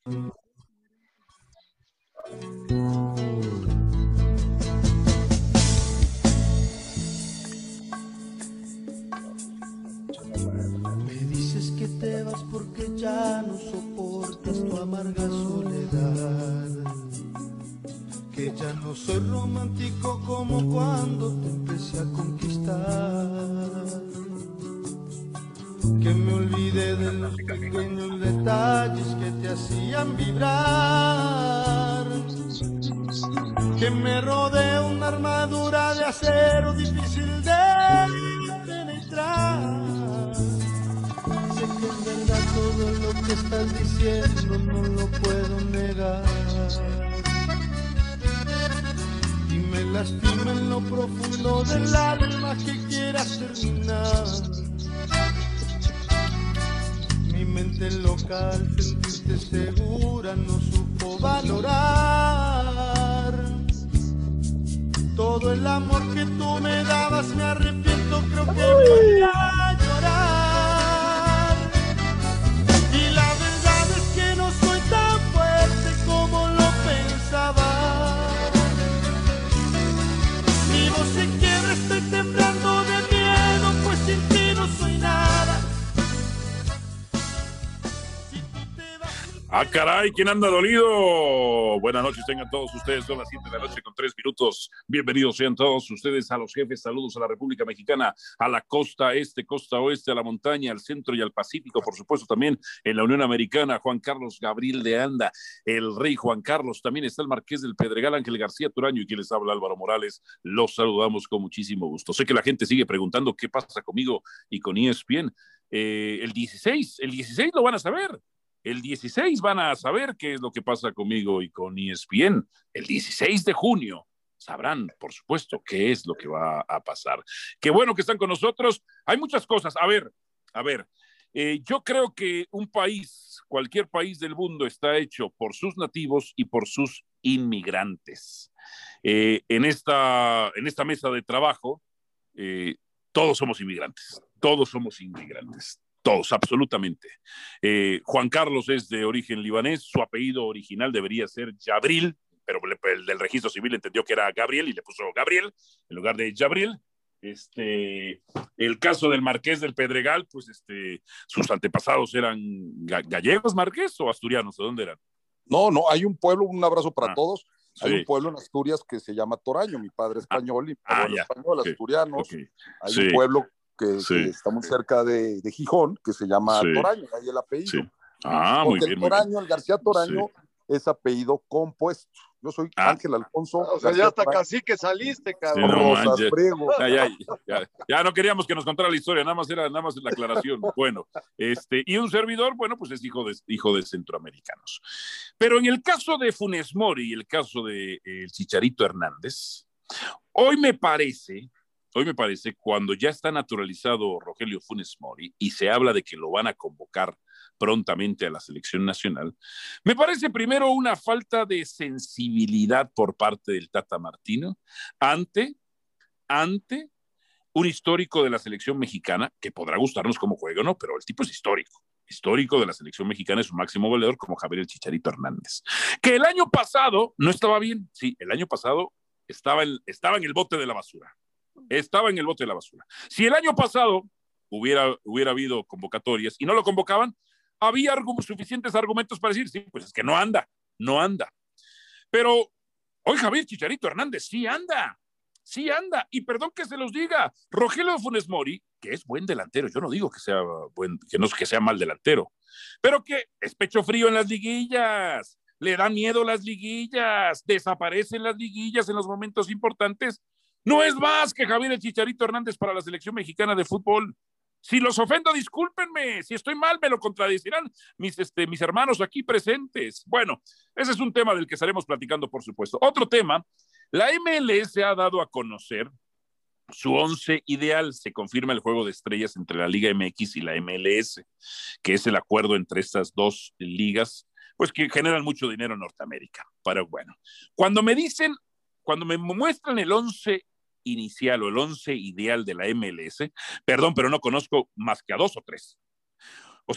Me dices que te vas porque ya no soportas tu amarga soledad, que ya no soy romántico como cuando te empecé a conquistar, que me olvidé de los pequeños detalles que te hacían vibrar, que me rodea una armadura de acero difícil de penetrar. Sé que es verdad todo lo que estás diciendo, no lo puedo negar. Y me lastima en lo profundo del alma que quieras terminar. Mi mente loca al sentirte segura no supo valorar todo el amor que tú me dabas. Me arrepiento, creo que voy a llorar. Y la verdad es que no soy tan fuerte como lo pensaba. Mi voz se quiebra, estoy temblando de miedo, pues sin ti no soy nada. ¡Ah, caray! ¿Quién anda dolido? Buenas noches, tengan todos ustedes. Son las 7 de la noche con 3 minutos. Bienvenidos sean todos ustedes a los jefes. Saludos a la República Mexicana, a la costa este, costa oeste, a la montaña, al centro y al Pacífico. Por supuesto, también en la Unión Americana, Juan Carlos Gabriel de Anda, el rey Juan Carlos. También está el Marqués del Pedregal, Ángel García Turaño, y quien les habla, Álvaro Morales. Los saludamos con muchísimo gusto. Sé que la gente sigue preguntando qué pasa conmigo y con ESPN. El 16 lo van a saber. El 16 van a saber qué es lo que pasa conmigo y con ESPN. El 16 de junio sabrán, por supuesto, qué es lo que va a pasar. Qué bueno que están con nosotros. Hay muchas cosas. A ver, yo creo que un país, cualquier país del mundo, está hecho por sus nativos y por sus inmigrantes. En esta mesa de trabajo, todos somos inmigrantes. Todos, absolutamente. Juan Carlos es de origen libanés, su apellido original debería ser Jabril, pero el del registro civil entendió que era Gabriel y le puso Gabriel en lugar de Jabril. El caso del Marqués del Pedregal, pues sus antepasados eran gallegos, Marqués, o asturianos, ¿de dónde eran? No, hay un pueblo, un abrazo para todos. Sí. Hay un pueblo en Asturias que se llama Toraño, mi padre español y mi abuelo español, okay. asturianos. Okay. Hay un pueblo que está muy cerca de Gijón, que se llama Toraño, ahí el apellido. Sí. Muy bien, el García Toraño es apellido compuesto. Yo soy Ángel Alfonso. O sea, ya hasta cacique saliste, cabrón. Sí, ya no queríamos que nos contara la historia, nada más la aclaración. Bueno, y un servidor, bueno, pues es hijo de centroamericanos. Pero en el caso de Funes Mori y el caso de el Chicharito Hernández, hoy me parece, cuando ya está naturalizado Rogelio Funes Mori y se habla de que lo van a convocar prontamente a la selección nacional, me parece primero una falta de sensibilidad por parte del Tata Martino ante un histórico de la selección mexicana, que podrá gustarnos cómo juega o no, pero el tipo es histórico de la selección mexicana, es su máximo goleador como Javier el Chicharito Hernández, que el año pasado no estaba bien. Sí, el año pasado estaba en el bote de la basura. Si el año pasado hubiera habido convocatorias y no lo convocaban, había suficientes argumentos para decir, sí, pues es que no anda. Pero hoy Javier Chicharito Hernández sí anda. Y perdón que se los diga, Rogelio Funes Mori, que es buen delantero, yo no digo que sea mal delantero, pero que es pecho frío en las liguillas, le da miedo las liguillas, desaparecen las liguillas en los momentos importantes. No es más que Javier el Chicharito Hernández para la selección mexicana de fútbol. Si los ofendo, discúlpenme. Si estoy mal, me lo contradecirán mis hermanos aquí presentes. Bueno, ese es un tema del que estaremos platicando, por supuesto. Otro tema, la MLS ha dado a conocer su 11 ideal. Se confirma el juego de estrellas entre la Liga MX y la MLS, que es el acuerdo entre estas dos ligas, pues que generan mucho dinero en Norteamérica. Pero bueno, cuando me muestran el 11 inicial o el 11 ideal de la MLS, perdón, pero no conozco más que a 2 o 3. O sea,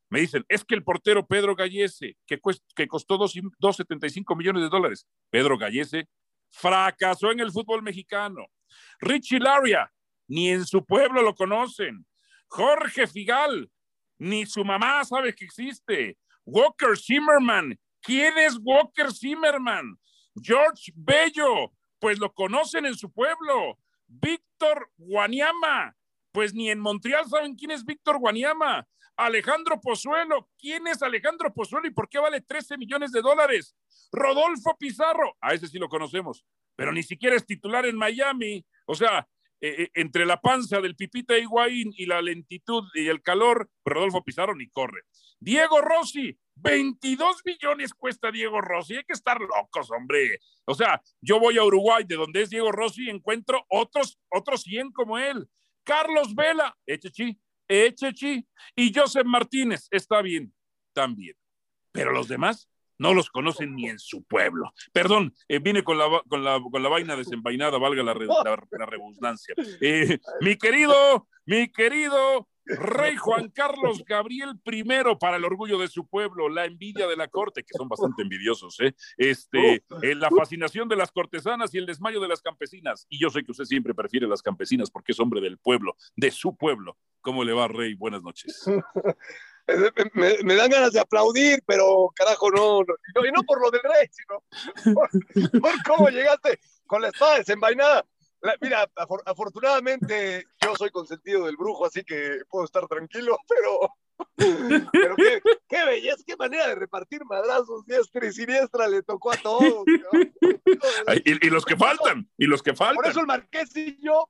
Me dicen, es que el portero Pedro Gallese, que costó $2.75 millones, Pedro Gallese fracasó en el fútbol mexicano. Richie Laria, ni en su pueblo lo conocen. Jorge Figal, ni su mamá sabe que existe. Walker Zimmerman, ¿quién es Walker Zimmerman? George Bello, pues lo conocen en su pueblo. Víctor Wanyama, pues ni en Montreal saben quién es Víctor Wanyama. Alejandro Pozuelo, ¿quién es Alejandro Pozuelo y por qué vale $13 millones? Rodolfo Pizarro, a ese sí lo conocemos, pero ni siquiera es titular en Miami. O sea, entre la panza del Pipita Higuaín y la lentitud y el calor, Rodolfo Pizarro ni corre. Diego Rossi, 22 millones cuesta Diego Rossi. Hay que estar locos, hombre. O sea, yo voy a Uruguay, de donde es Diego Rossi, y encuentro otros 100 como él. Carlos Vela, Echechi, y Joseph Martínez, está bien, también. Pero los demás no los conocen ni en su pueblo. Perdón, vine con la vaina desenvainada, valga la redundancia. Mi querido Rey Juan Carlos Gabriel I, para el orgullo de su pueblo, la envidia de la corte, que son bastante envidiosos, la fascinación de las cortesanas y el desmayo de las campesinas. Y yo sé que usted siempre prefiere las campesinas porque es hombre del pueblo, de su pueblo. ¿Cómo le va, Rey? Buenas noches. Me dan ganas de aplaudir, pero carajo, no, y no por lo del Rey, sino por cómo llegaste con la espada desenvainada. Mira, afortunadamente yo soy consentido del brujo, así que puedo estar tranquilo, pero qué belleza, qué manera de repartir madrazos, diestra y siniestra, le tocó a todos, ¿no? Y los que faltan. Por eso el Marqués y yo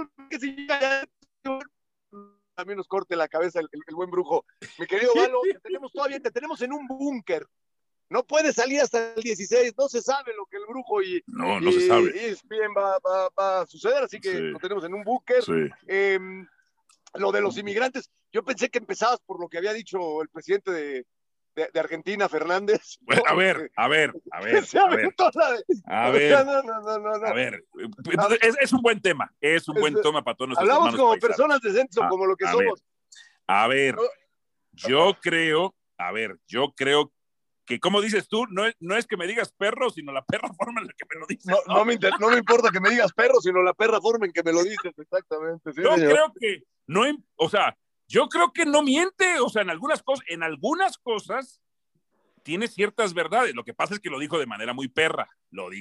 también nos corte la cabeza el buen brujo. Mi querido Valo, te tenemos en un búnker. No puede salir hasta el 16, no se sabe lo que el brujo no se sabe. Y bien va a suceder, así que lo tenemos en un búnker. Sí. Lo de los inmigrantes, yo pensé que empezabas por lo que había dicho el presidente de Argentina, Fernández. Bueno, a ver. A ver, es un buen tema, para todos nuestros hermanos. Hablamos como paisanos. Personas decentes o como lo que somos. Yo creo que, como dices tú, no es que me digas perro, sino la perra forma en la que me lo dices. No me importa que me digas perro, sino la perra forma en que me lo dices, exactamente. Sí, creo que yo creo que no miente, o sea, en algunas cosas tiene ciertas verdades. Lo que pasa es que lo dijo de manera muy perra,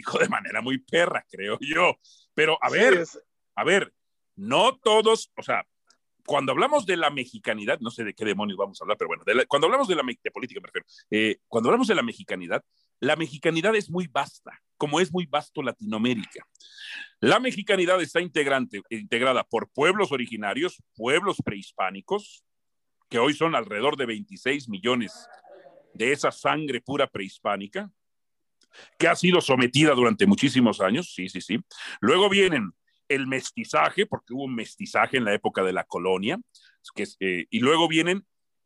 creo yo. Pero a ver, no todos, o sea, cuando hablamos de la mexicanidad, no sé de qué demonios vamos a hablar, pero bueno, cuando hablamos de política, me refiero, cuando hablamos de la mexicanidad es muy vasta, como es muy vasto Latinoamérica. La mexicanidad está integrada por pueblos originarios, pueblos prehispánicos, que hoy son alrededor de 26 millones de esa sangre pura prehispánica, que ha sido sometida durante muchísimos años, sí. Luego vienen el mestizaje, porque hubo un mestizaje en la época de la colonia, y luego vienen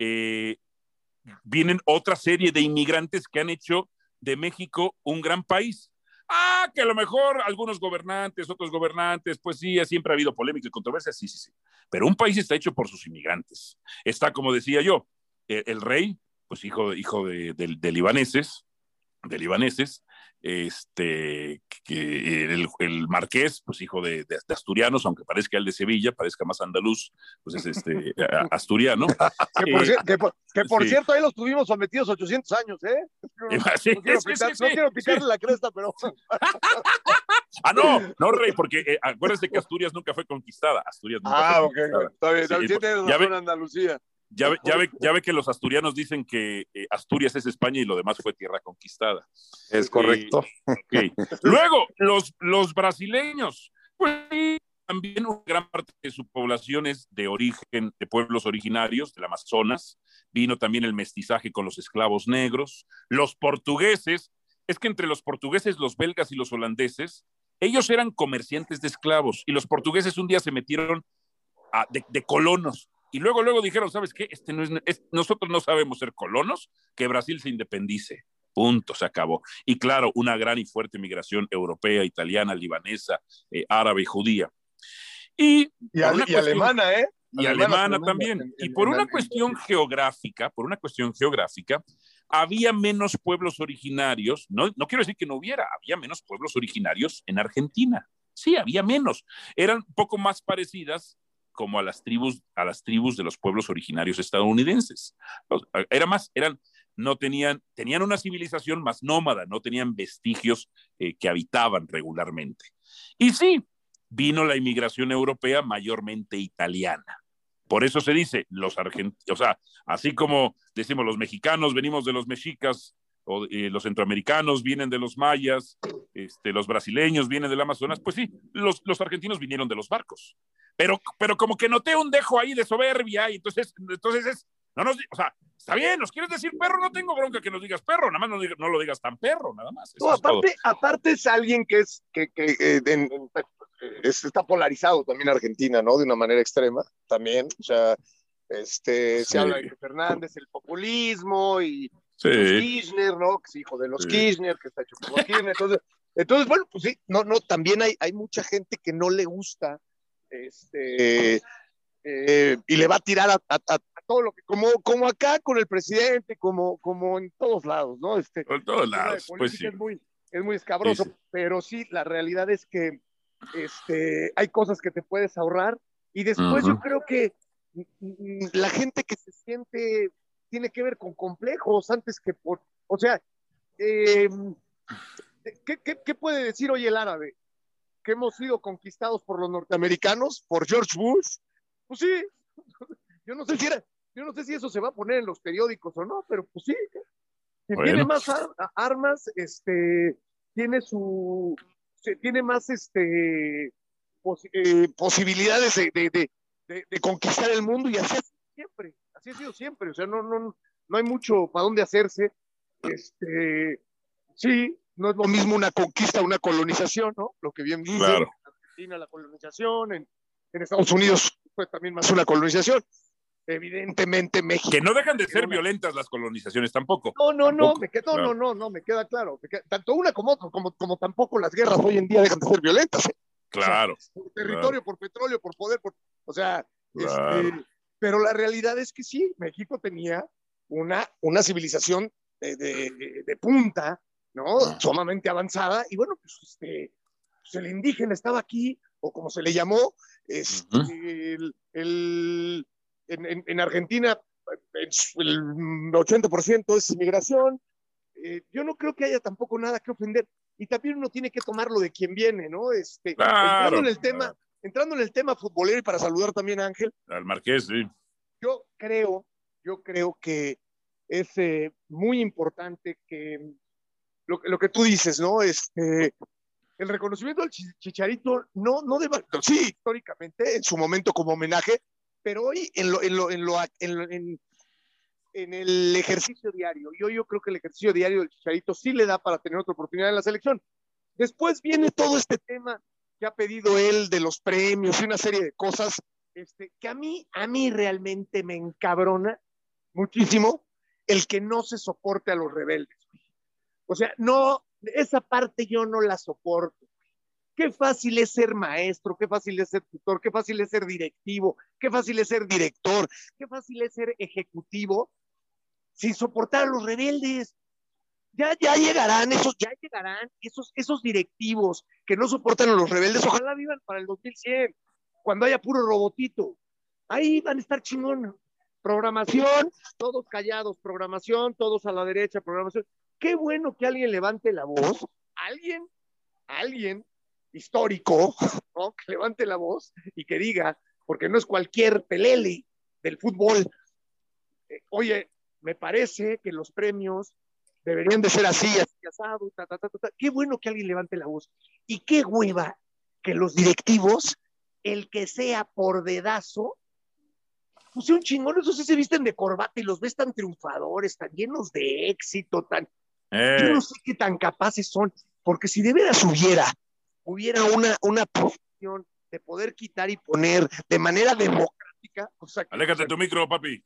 otra serie de inmigrantes que han hecho de México un gran país. Que a lo mejor algunos gobernantes, otros gobernantes, pues sí, siempre ha habido polémica y controversia, sí. Pero un país está hecho por sus inmigrantes. Está, como decía yo, el rey, pues hijo de libaneses, que el marqués, pues hijo de asturianos, aunque parezca el de Sevilla, parezca más andaluz, pues es asturiano. Por cierto, ahí los tuvimos sometidos 800 años, ¿eh? No quiero picarle la cresta, pero... No, Rey, porque acuérdense que Asturias nunca fue conquistada. Ok, está bien, sí, tienes razón, Andalucía. Ya ve que los asturianos dicen que Asturias es España y lo demás fue tierra conquistada. Es correcto. Okay. Luego, los brasileños, pues también una gran parte de su población es de origen de pueblos originarios del Amazonas. Vino también el mestizaje con los esclavos negros. Los portugueses, es que entre los portugueses, los belgas y los holandeses, ellos eran comerciantes de esclavos y los portugueses un día se metieron de colonos. Y luego dijeron, ¿sabes qué? Nosotros no sabemos ser colonos, que Brasil se independice. Punto, se acabó. Y claro, una gran y fuerte migración europea, italiana, libanesa, árabe y judía. Y alemana, ¿eh? y alemana también. Y por una cuestión geográfica, había menos pueblos originarios, no quiero decir que no hubiera, había menos pueblos originarios en Argentina. Sí, había menos. Eran un poco más parecidas como a las tribus de los pueblos originarios estadounidenses. Tenían una civilización más nómada, no tenían vestigios que habitaban regularmente. Y sí, vino la inmigración europea mayormente italiana. Por eso se dice, los argentinos, o sea, así como decimos los mexicanos venimos de los mexicas, los centroamericanos vienen de los mayas, los brasileños vienen del Amazonas, pues sí, los argentinos vinieron de los barcos. Pero como que noté un dejo ahí de soberbia, y entonces es, o sea, está bien, nos quieres decir perro, no tengo bronca que nos digas perro, nada más no lo digas tan perro, nada más. No, aparte es alguien que está polarizado también en Argentina, ¿no? De una manera extrema también, o sea, sí. Se habla de Fernández, el populismo y los Kirchner, ¿no? Que es hijo de los Kirchner, que está hecho por los Kirchner, entonces, bueno, pues sí, también hay mucha gente que no le gusta, y le va a tirar a todo lo que, como acá con el presidente, como en todos lados, ¿no? Por todos lados, pues sí. Es muy escabroso, sí. Pero sí, la realidad es que hay cosas que te puedes ahorrar, y después yo creo que la gente que se siente tiene que ver con complejos antes que o sea, ¿qué puede decir hoy el árabe? ¿Que hemos sido conquistados por los norteamericanos, por George Bush? Pues sí, yo no sé si eso se va a poner en los periódicos o no, pero pues sí, si tiene más armas, tiene más posibilidades de conquistar el mundo, y así ha sido siempre, o sea, no hay mucho para dónde hacerse. Sí, no es lo mismo una conquista, una colonización, ¿no? Lo que bien dice, claro. En Argentina la colonización, en Estados Unidos pues también más una colonización. Evidentemente México. Que no dejan de ser violentas las colonizaciones tampoco. No, me queda claro. Tanto una como otra, como tampoco las guerras hoy en día dejan de ser violentas. Claro. O sea, por territorio, por petróleo, por poder, o sea, claro. Pero la realidad es que sí, México tenía una civilización de punta, ¿no? Sumamente avanzada, y bueno, pues el indígena estaba aquí, o como se le llamó, en Argentina el 80% es inmigración. Yo no creo que haya tampoco nada que ofender, y también uno tiene que tomarlo de quien viene, ¿no? Claro, entrando en el tema futbolero, y para saludar también a Ángel. Al Marqués, sí. Yo creo que es muy importante que lo que tú dices, ¿no? El reconocimiento del Chicharito no debe, sí, históricamente, en su momento como homenaje, pero hoy en el ejercicio diario, yo creo que el ejercicio diario del Chicharito sí le da para tener otra oportunidad en la selección. Después viene todo este tema que ha pedido él de los premios y una serie de cosas que a mí realmente me encabrona muchísimo el que no se soporte a los rebeldes. O sea, no, esa parte yo no la soporto. Qué fácil es ser maestro, qué fácil es ser tutor, qué fácil es ser directivo, qué fácil es ser director, qué fácil es ser ejecutivo sin soportar a los rebeldes. Ya llegarán esos directivos que no soportan a los rebeldes. Ojalá vivan para el 2100, cuando haya puro robotito. Ahí van a estar chingón. Programación, todos callados, programación, todos a la derecha, programación. Qué bueno que alguien levante la voz, alguien histórico, ¿no? Que levante la voz y que diga, porque no es cualquier pelele del fútbol. Oye, me parece que los premios deberían de ser así asado, Qué bueno que alguien levante la voz. Y qué hueva que los directivos, el que sea por dedazo, pues un chingón, esos sí se visten de corbata y los ves tan triunfadores, tan llenos de éxito, yo no sé qué tan capaces son, porque si de veras hubiera una posición de poder quitar y poner de manera democrática. O sea, aléjate tu micro, papi.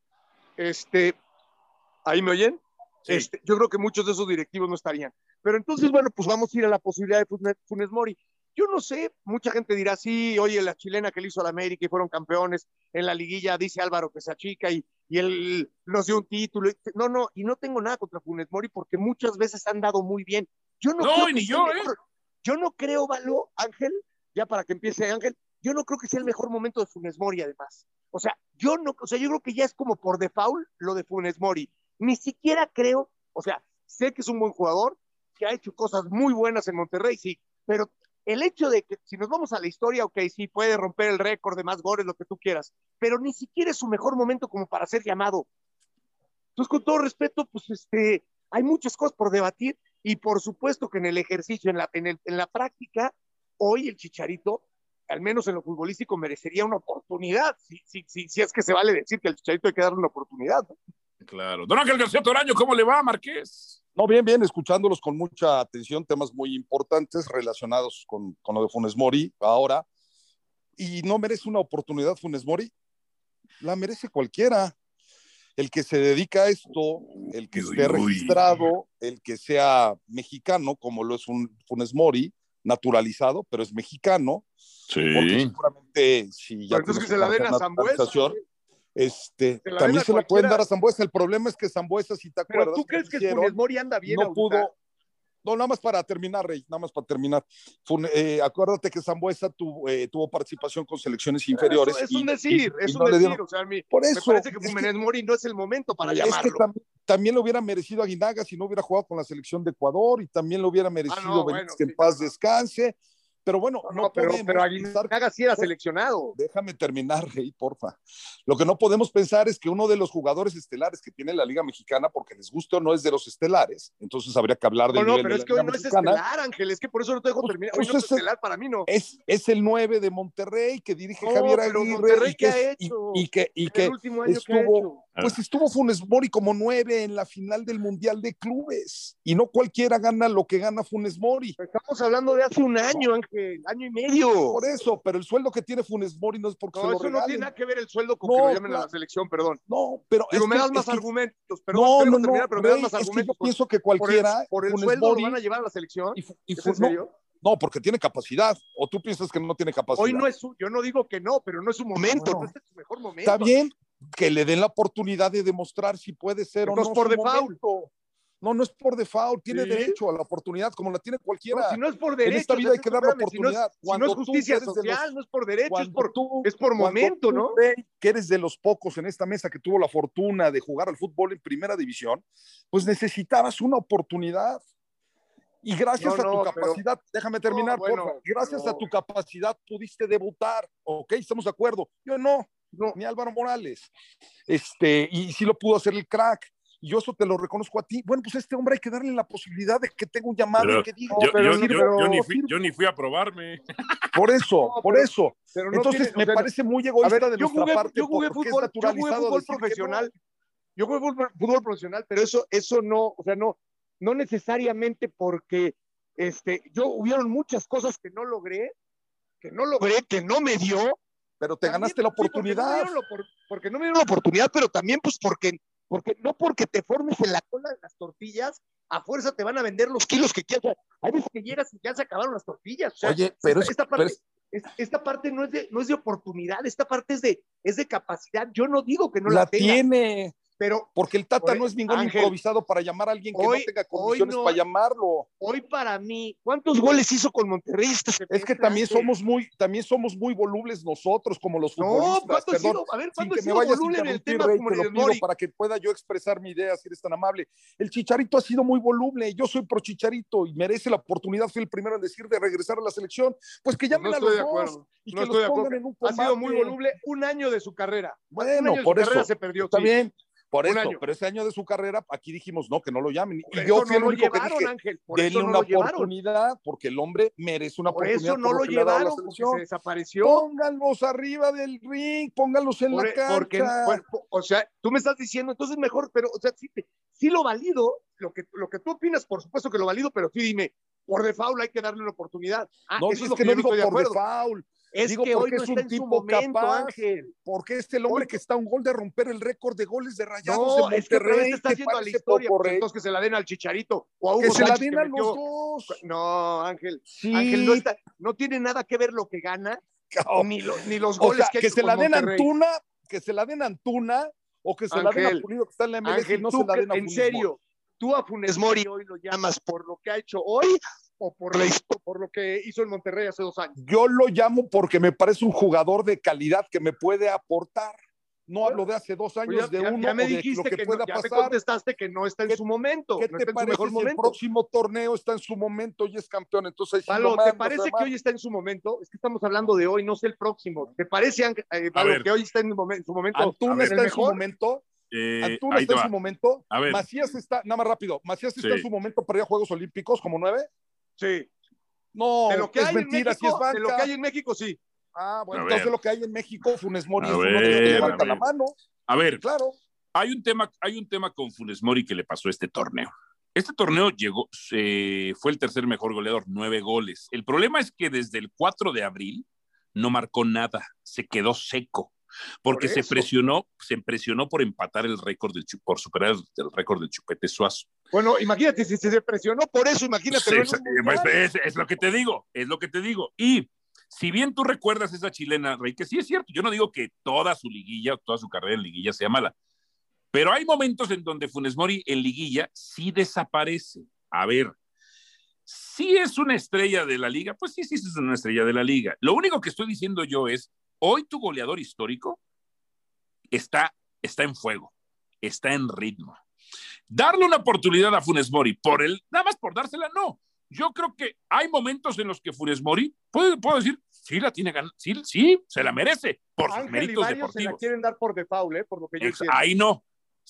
¿Ahí me oyen? Sí. Yo creo que muchos de esos directivos no estarían. Pero entonces, bueno, pues vamos a ir a la posibilidad de Funes Mori. Yo no sé, mucha gente dirá, sí, oye, la chilena que le hizo a la América y fueron campeones en la liguilla, dice Álvaro que se achica y él nos dio un título. No, y no tengo nada contra Funes Mori porque muchas veces han dado muy bien. Yo no creo No, y que ni sea yo, el mejor. Yo no creo, Valo, Ángel, ya para que empiece Ángel, yo no creo que sea el mejor momento de Funes Mori, además. Yo creo que ya es como por default lo de Funes Mori. Ni siquiera creo, sé que es un buen jugador, que ha hecho cosas muy buenas en Monterrey, sí, pero el hecho de que si nos vamos a la historia, ok, sí, puede romper el récord de más goles, lo que tú quieras, pero ni siquiera es su mejor momento como para ser llamado. Entonces, con todo respeto, pues hay muchas cosas por debatir y por supuesto que en el ejercicio, en la práctica, hoy el Chicharito, al menos en lo futbolístico, merecería una oportunidad, si es que se vale decir que al Chicharito hay que darle una oportunidad, ¿no? Claro. Don Ángel García Toraño, ¿cómo le va, Marqués? No, bien, escuchándolos con mucha atención, temas muy importantes relacionados con lo de Funes Mori ahora. ¿Y no merece una oportunidad Funes Mori? La merece cualquiera. El que se dedica a esto, el que esté registrado, el que sea mexicano, como lo es un Funes Mori, naturalizado, pero es mexicano, sí. Porque seguramente si ya entonces que se la den a Zambuesa, también se la pueden dar a Zambuesa. El problema es que Zambuesa, si te acuerdas, ¿pero tú crees que Funes Mori anda bien? No pudo. No, nada más para terminar, Rey, acuérdate que Zambuesa tuvo participación con selecciones inferiores. Es un decir. Por eso, me parece que Funes Mori no es el momento para llamarlo. Es que también lo hubiera merecido Aguinaga si no hubiera jugado con la selección de Ecuador, y también lo hubiera merecido Benítez, que en paz descanse. Pero bueno, pero Aguinaga sí era seleccionado. Déjame terminar, Rey, porfa. Lo que no podemos pensar es que uno de los jugadores estelares que tiene la Liga Mexicana, porque les gusta o no, es de los estelares, entonces habría que hablar del nivel de la Liga Mexicana. No, pero es que hoy no es estelar, Ángel, es que por eso no te dejo terminar. Hoy no es estelar, para mí no. Es el 9 de Monterrey que dirige Javier Aguirre. Monterrey, ¿qué ha hecho? Y que el último año estuvo, pues estuvo Funes Mori como 9 en la final del Mundial de Clubes, y no cualquiera gana lo que gana Funes Mori. Estamos hablando de hace un año, Ángel, año y medio. Por eso, pero el sueldo que tiene Funes Mori no es porque se lo regalen. No tiene nada que ver el sueldo con que lo llamen a la selección, perdón. No, pero me das más argumentos, perdón, pero me das más argumentos. Yo pienso que cualquiera por el sueldo lo van a llevar a la selección. ¿Es en serio? No, porque tiene capacidad. ¿O tú piensas que no tiene capacidad? Hoy no es yo no digo que no, pero no es su momento, no es su mejor momento. Está bien que le den la oportunidad de demostrar si puede ser o no. Por default. No es por default, tiene derecho a la oportunidad como la tiene cualquiera. No, si no es por derecho. En esta vida hay que dar la oportunidad. Si no es justicia social, no es por derecho, es por momento, ¿no? Que eres de los pocos en esta mesa que tuvo la fortuna de jugar al fútbol en primera división, pues necesitabas una oportunidad. Y gracias a tu capacidad, déjame terminar, porfa. Gracias a tu capacidad pudiste debutar, ¿ok? Estamos de acuerdo. Yo no, ni Álvaro Morales. Y sí lo pudo hacer el crack. Y yo eso te lo reconozco a ti. Bueno, pues a este hombre hay que darle la posibilidad de que tenga un llamado y que diga. Yo ni fui a probarme. Por eso. Entonces me parece muy egoísta de nuestra parte. Yo jugué fútbol profesional. Yo jugué fútbol profesional, pero eso no, no necesariamente porque hubieron muchas cosas que no logré, que no me dio. Pero te ganaste la oportunidad. Porque no me dieron la oportunidad, pero también pues porque te formes en la cola de las tortillas, a fuerza te van a vender los kilos que quieras. Hay veces que llegas y ya se acabaron las tortillas. Oye, pero esta parte no es de oportunidad, esta parte es de capacidad. Yo no digo que no la tenga. Tiene. Pero porque el Tata no es ningún improvisado para llamar a alguien que no tenga condiciones para llamarlo. Hoy para mí, ¿cuántos goles hizo con Monterrey este semestre? Es que también somos muy volubles nosotros como los futbolistas. Perdón, sin que me vayas a interrumpir, Rey, te lo pido para que pueda yo expresar mi idea, si eres tan amable. El Chicharito ha sido muy voluble, yo soy pro Chicharito y merece la oportunidad, fui el primero en decir de regresar a la selección, pues que llamen a los dos y que los pongan en un combate. Ha sido muy voluble un año de su carrera. Bueno, por eso se perdió. Está bien. Por eso, pero ese año de su carrera, aquí dijimos, no, que no lo llamen. Y yo fui el único que dije, Ángel, denle una oportunidad, porque el hombre merece una oportunidad. Por eso no lo llevaron, porque se desapareció. Pónganlos arriba del ring, pónganlos en la cancha. Tú me estás diciendo, entonces mejor, pero, sí lo valido, lo que tú opinas, por supuesto que lo valido, pero sí dime, por default hay que darle una oportunidad. No, es que no digo por default. Es Digo, que hoy porque no es está un en su tipo momento, capaz, Ángel. porque es el hombre Hoy... que está a un gol de romper el récord de goles de Rayados No, en Monterrey. es que otra vez te estás ¿Te yendo a la parece historia, poco, pues Rey? entonces que se la den al Chicharito o a Que Hugo se la Sánchez den que a metió... los dos. No, Ángel, Sí. Ángel, no tiene nada que ver lo que gana, ni los O goles sea, que ha que hecho se con la den a Monterrey. Antuna, que se la den a Antuna, o que se la den a Ángel, Pulido, que está en la MLS, Ángel, y no tú, se la den a en Funes serio, Mori. ¿tú a Funes Mori hoy lo llamas por lo que ha hecho hoy o por lo que hizo en Monterrey hace 2 años? Yo lo llamo porque me parece un jugador de calidad que me puede aportar. No hablo de hace 2 años, Pues de uno ya me o de dijiste lo que no, pueda ya pasar. me contestaste que no está en su momento, ¿Qué no te está en su parece mejor si momento. el próximo torneo está en su momento y es campeón? Entonces, sí Valo, lo ¿te mando, parece que hoy está en su momento? Es que estamos hablando de hoy, no sé el próximo. ¿Te parece, Valo, que hoy está en su momento Antuna en el está en su mejor? momento. Antuna Ahí está te en va. su momento. A ver. Macías está, nada más rápido, Macías está en Sí. su momento para ir a Juegos Olímpicos como 9. Sí. No, De lo que es hay mentira, en si es México, de lo que banca. hay en México, sí. Ah, bueno, A entonces ver. lo que hay en México, Funes Mori A es uno de los que ver, levanta la mano. A ver, Claro. hay un tema con Funes Mori que le pasó este torneo. Este torneo fue el tercer mejor goleador, 9 goles. El problema es que desde el 4 de abril no marcó nada, se quedó seco, porque se presionó por empatar el récord por superar el récord del Chupete Suazo. Bueno, imagínate, si se presionó por eso, imagínatelo en un mundial. Es lo que te digo. Y si bien tú recuerdas esa chilena, Rey, que sí es cierto, yo no digo que toda su liguilla, toda su carrera en liguilla sea mala, pero hay momentos en donde Funes Mori en liguilla sí desaparece. A ver, ¿sí es una estrella de la liga? Pues sí es una estrella de la liga. Lo único que estoy diciendo yo es, hoy tu goleador histórico está en fuego, está en ritmo. Darle una oportunidad a Funes Mori, nada más por dársela, no. Yo creo que hay momentos en los que Funes Mori, puedo decir, sí la tiene ganada, sí, se la merece, por sus méritos deportivos. Se la quieren dar por default, por lo que yo entiendo. Ahí no.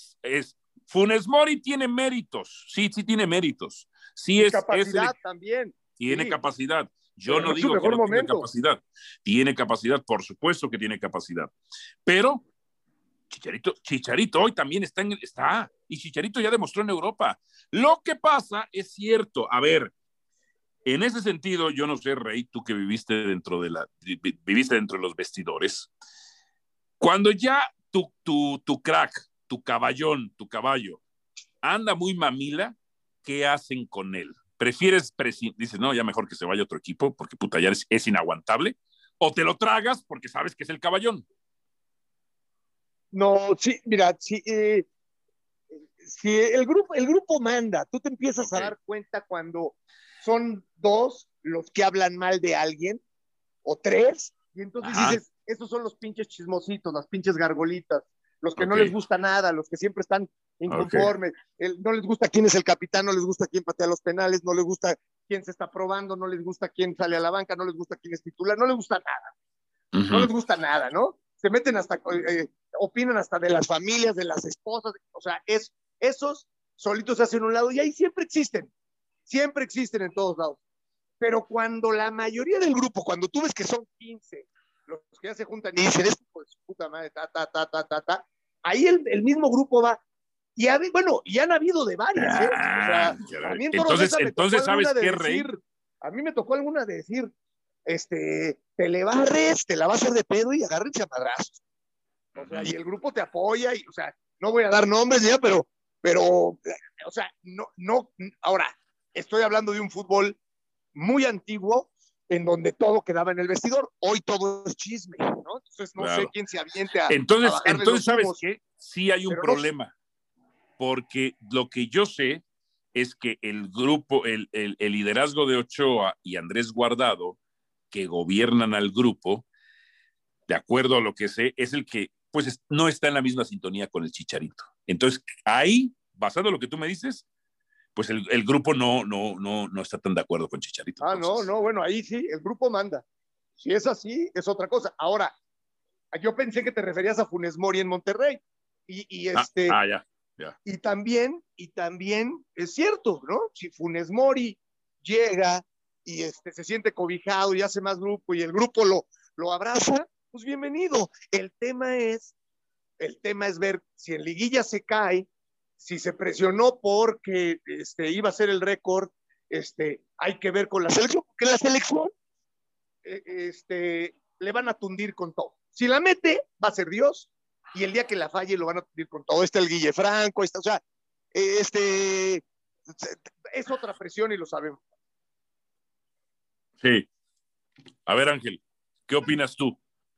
Funes Mori tiene méritos, sí tiene méritos. Sí, capacidad también. Tiene capacidad. Yo pero no digo que no momento. tenga capacidad. Tiene capacidad, por supuesto que tiene capacidad. Pero Chicharito hoy también está, y Chicharito ya demostró en Europa. Lo que pasa es cierto. A ver, en ese sentido, yo no sé, Rey, tú que viviste dentro de los vestidores, cuando ya tu crack, tu caballo, anda muy mamila, ¿qué hacen con él? Dices, no, ya mejor que se vaya a otro equipo, porque puta, ya es inaguantable, o te lo tragas porque sabes que es el caballón. No, sí, mira, si el grupo manda, tú te empiezas a dar cuenta cuando son 2 los que hablan mal de alguien, o 3, y entonces dices, esos son los pinches chismositos, las pinches gargolitas, los que no les gusta nada, los que siempre están inconformes, no les gusta quién es el capitán, no les gusta quién patea los penales, no les gusta quién se está probando, no les gusta quién sale a la banca, no les gusta quién es titular, no les gusta nada, no les gusta nada, ¿no? Se meten hasta, opinan hasta de las familias, de las esposas, o sea, esos solitos se hacen un lado y ahí siempre existen en todos lados. Pero cuando la mayoría del grupo, cuando tú ves que son 15 los que ya se juntan y dicen esto, pues puta madre, ahí el mismo grupo va. Y han habido de varias, ¿eh? O sea, a mí entonces ¿sabes qué, Rey? A mí me tocó alguna de decir, te le barres, te la vas a hacer de pedo y agárrense a madrazos. O sea, y el grupo te apoya, y, o sea, no voy a dar nombres ya, pero, o sea, no, ahora, estoy hablando de un fútbol muy antiguo, en donde todo quedaba en el vestidor. Hoy todo es chisme, ¿no? Entonces no sé quién se aviente a bajarle los ¿sabes humos, qué? Sí hay un problema, porque lo que yo sé es que el grupo, el liderazgo de Ochoa y Andrés Guardado, que gobiernan al grupo, de acuerdo a lo que sé, es el que pues no está en la misma sintonía con el Chicharito. Entonces, ahí, basado en lo que tú me dices, pues el grupo no está tan de acuerdo con Chicharito. No, bueno, ahí sí, el grupo manda. Si es así, es otra cosa. Ahora, yo pensé que te referías a Funes Mori en Monterrey. Ya. Y también es cierto, ¿no? Si Funes Mori llega y se siente cobijado y hace más grupo y el grupo lo abraza, pues bienvenido. El tema es ver si en liguilla se cae, si se presionó porque iba a ser el récord, hay que ver con la selección, porque la selección le van a tundir con todo. Si la mete, va a ser Dios, y el día que la falle lo van a tundir con todo. Está el Guille Franco, o sea, es otra presión y lo sabemos. Sí. A ver, Ángel, ¿qué opinas tú?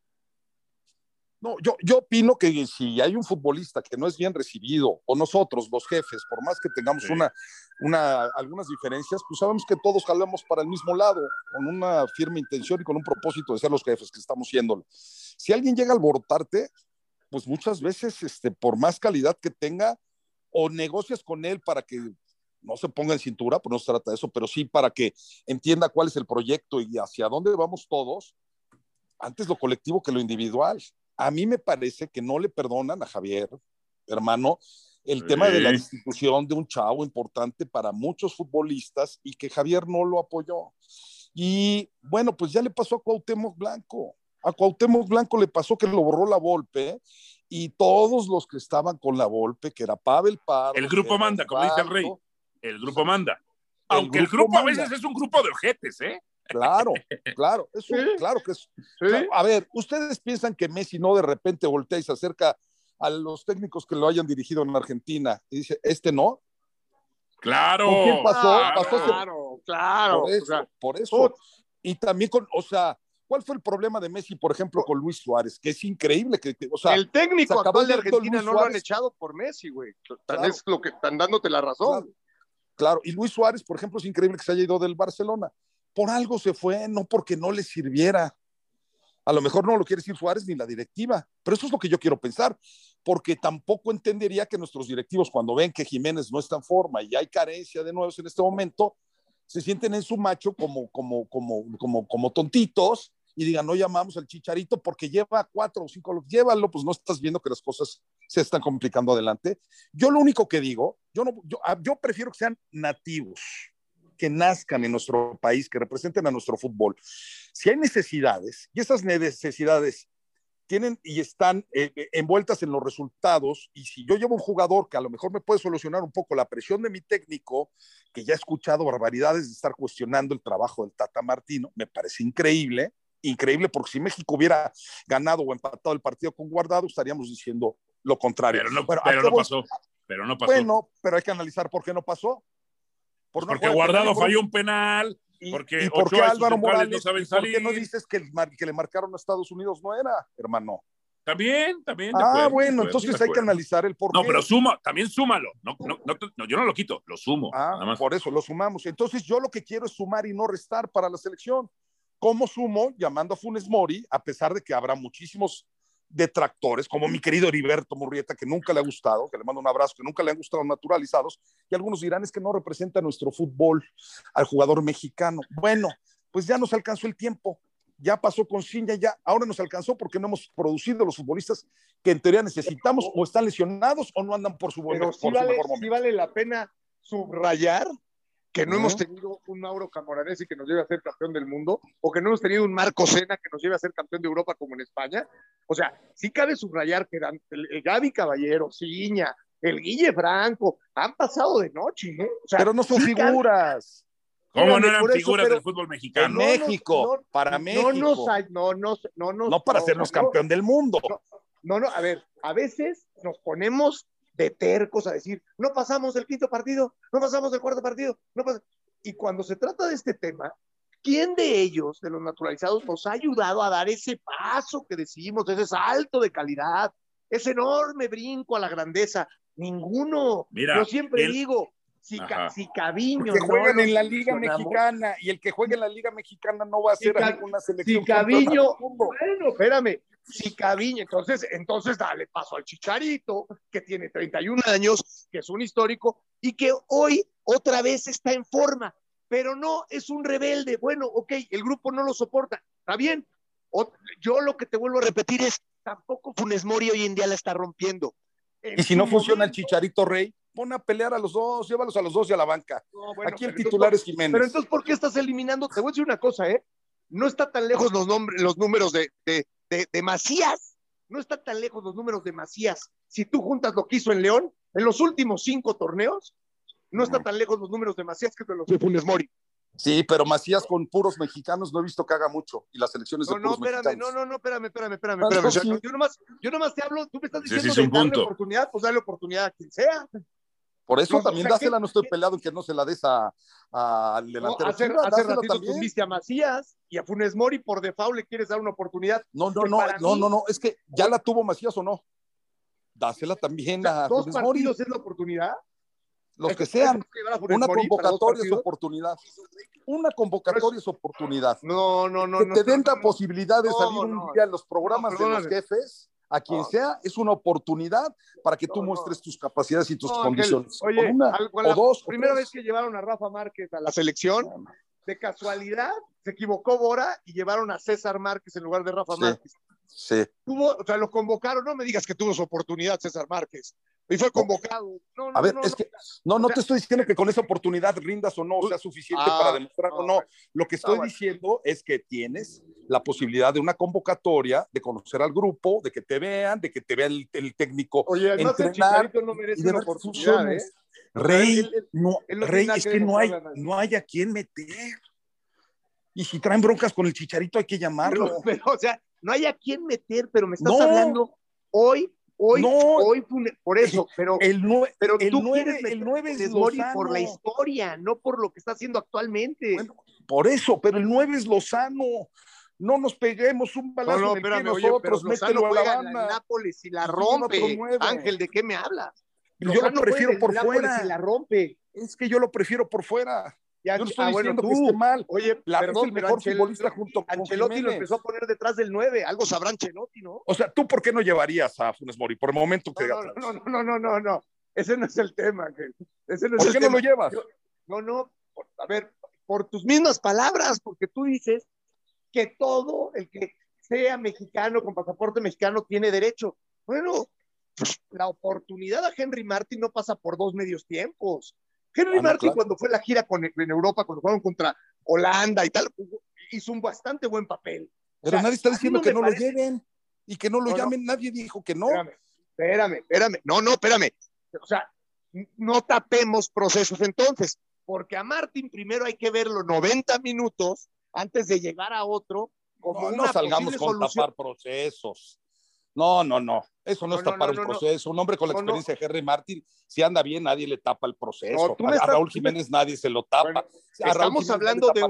No, yo opino que si hay un futbolista que no es bien recibido, o nosotros, los jefes, por más que tengamos Sí. algunas diferencias, pues sabemos que todos jalamos para el mismo lado, con una firme intención y con un propósito de ser los jefes que estamos siéndolo. Si alguien llega a alborotarte, pues muchas veces, por más calidad que tenga, o negocias con él para que no se ponga en cintura, pues no se trata de eso, pero sí para que entienda cuál es el proyecto y hacia dónde vamos todos, antes lo colectivo que lo individual. A mí me parece que no le perdonan a Javier, hermano, el tema de la destitución de un chavo importante para muchos futbolistas y que Javier no lo apoyó. Y bueno, pues ya le pasó a Cuauhtémoc Blanco. A Cuauhtémoc Blanco le pasó que lo borró la Volpe y todos los que estaban con la Volpe, que era Pavel Pardo. El grupo manda, como dice el Rey. El grupo manda. Aunque el grupo a veces es un grupo de ojetes, ¿eh? Claro, eso, sí, claro que es. Sí. Claro, a ver, ¿ustedes piensan que Messi no de repente voltea y se acerca a los técnicos que lo hayan dirigido en Argentina y dice, no? Claro. ¿Con quién pasó? Claro. Por eso. Y también ¿cuál fue el problema de Messi, por ejemplo, con Luis Suárez? Que es increíble o sea, el técnico actual de Argentina no lo han echado por Messi, güey. Claro. Es lo que están dándote la razón. Claro, y Luis Suárez, por ejemplo, es increíble que se haya ido del Barcelona. Por algo se fue, no porque no le sirviera. A lo mejor no lo quiere decir Suárez ni la directiva, pero eso es lo que yo quiero pensar, porque tampoco entendería que nuestros directivos, cuando ven que Jiménez no está en forma y hay carencia de nuevos en este momento, se sienten en su macho como tontitos y digan, no llamamos al Chicharito porque lleva 4 o 5, llévalo, pues no estás viendo que las cosas se están complicando adelante. Yo lo único que digo, yo prefiero que sean nativos, que nazcan en nuestro país, que representen a nuestro fútbol. Si hay necesidades, y esas necesidades tienen y están envueltas en los resultados, y si yo llevo un jugador que a lo mejor me puede solucionar un poco la presión de mi técnico, que ya he escuchado barbaridades de estar cuestionando el trabajo del Tata Martino, me parece increíble, porque si México hubiera ganado o empatado el partido con Guardado, estaríamos diciendo lo contrario. Pero no pasó. Bueno, pero hay que analizar por qué no pasó. Porque Guardado falló un penal, porque ¿por qué Álvaro Morales no saben salir? ¿Por qué no dices que le marcaron a Estados Unidos no era, hermano? También. Bueno, entonces hay que analizar el por qué. No, pero también súmalo. No, yo no lo quito, lo sumo. Nada más. Por eso lo sumamos. Entonces yo lo que quiero es sumar y no restar para la selección. ¿Cómo sumo? Llamando a Funes Mori, a pesar de que habrá muchísimos detractores, como mi querido Heriberto Murrieta, que nunca le ha gustado, que le mando un abrazo, que nunca le han gustado naturalizados, y algunos dirán es que no representa nuestro fútbol al jugador mexicano. Bueno, pues ya nos alcanzó el tiempo, ya pasó con Ciña, ahora nos alcanzó porque no hemos producido los futbolistas que en teoría necesitamos, o están lesionados o no andan por su mejor momento. Sí vale la pena subrayar que no hemos tenido un Mauro Camoranesi que nos lleve a ser campeón del mundo, o que no hemos tenido un Marco Sena que nos lleve a ser campeón de Europa como en España. O sea, sí cabe subrayar que el Gaby Caballero, Ciña, el Guille Franco, han pasado de noche, ¿eh? O sea, pero no son figuras. ¿Cómo no eran figuras del fútbol mexicano? En México, para México. No para hacernos campeón del mundo. No, a ver, a veces nos ponemos de tercos a decir, no pasamos el quinto partido, no pasamos el cuarto partido, y cuando se trata de este tema, ¿quién de ellos, de los naturalizados, nos ha ayudado a dar ese paso que decimos, ese salto de calidad, ese enorme brinco a la grandeza? Ninguno. Mira, yo siempre digo, si Caviño que juegan en la Liga Mexicana, y el que juegue en la Liga Mexicana no va a ser ninguna selección. Si Caviño, bueno, espérame, si Caviño, entonces dale paso al Chicharito, que tiene 31 años, que es un histórico, y que hoy otra vez está en forma, pero no es un rebelde. Bueno, ok, el grupo no lo soporta, está bien. Yo lo que te vuelvo a repetir es, tampoco Funes Mori hoy en día la está rompiendo. Y si no funciona el Chicharito Rey, pon a pelear a los dos, llévalos a los dos y a la banca. No, bueno, aquí el titular es Jiménez. Pero entonces, ¿por qué estás eliminando? Te voy a decir una cosa, no está tan lejos los números de Macías. No está tan lejos los números de Macías. Si tú juntas lo que hizo en León, en los últimos 5 torneos, no está tan lejos los números de Macías que de los de Funes Mori. Sí, pero Macías con puros mexicanos no he visto que haga mucho. Y las selecciones de puros mexicanos. Espérame. O sea, yo nomás te hablo, tú me estás diciendo sí, de darle oportunidad, pues dale oportunidad a quien sea. Por eso No, también o sea, dásela, no estoy peleado en que no se la des al delantero. Hace ratito tuviste a Macías y a Funes Mori por default le quieres dar una oportunidad. No, es que ya la tuvo Macías o no. Dásela también a ¿Dos Funes Mori. partidos es la oportunidad? Los que sean. Una convocatoria es oportunidad. Una convocatoria es oportunidad. No. Que te den la posibilidad de salir un día en los programas de los jefes, a quien sea, es una oportunidad para que tú muestres tus capacidades y tus condiciones. Oye, o dos. Primera vez que llevaron a Rafa Márquez a la selección, de casualidad, se equivocó Bora y llevaron a César Márquez en lugar de Rafa Márquez. Sí. O sea, lo convocaron, no me digas que tuvo su oportunidad César Márquez. Y fue convocado. No te estoy diciendo que con esa oportunidad rindas o no sea suficiente para demostrar o no. Lo que estoy diciendo es que tienes la posibilidad de una convocatoria, de conocer al grupo, de que te vean, de que te vea el técnico. Oye, además el Chicharito no merece una oportunidad, ¿eh? Rey, es que no hay a quién meter. Y si traen broncas con el Chicharito hay que llamarlo. Pero, o sea, no hay a quién meter, pero me estás hablando hoy, por eso, pero tú quieres meter el 9 es Lozano por la historia, no por lo que está haciendo actualmente. Bueno, por eso, pero el 9 es Lozano. No nos peguemos un balazo en el pie nosotros, mételo a la banda. Nápoles y la rompe. Ángel, ¿de qué me hablas? Yo lo prefiero por fuera. Y la rompe. Es que yo lo prefiero por fuera. Yo no estoy diciendo que esté mal. Oye, es el mejor futbolista junto con Ancelotti lo empezó a poner detrás del 9. Algo sabrá Ancelotti, ¿no? O sea, ¿tú por qué no llevarías a Funes Mori? Por el momento que No. Ese no es el tema, Ángel. ¿Por qué no lo llevas? A ver, por tus mismas palabras, porque tú dices que todo el que sea mexicano con pasaporte mexicano tiene derecho. Bueno, pues, la oportunidad a Henry Martin no pasa por 2 medios tiempos. Henry Martin, cuando fue la gira en Europa, cuando jugaron contra Holanda y tal, hizo un bastante buen papel. Pero nadie está diciendo que no lo lleven y que no lo llamen. Nadie dijo que no. Espérame. Espérame. O sea, no tapemos procesos entonces, porque a Martin primero hay que verlo 90 minutos antes de llegar a otro. No salgamos con tapar procesos. No. Eso no es tapar un proceso. Un hombre con la experiencia de Henry Martin, si anda bien, nadie le tapa el proceso. A Raúl Jiménez nadie se lo tapa. Estamos hablando de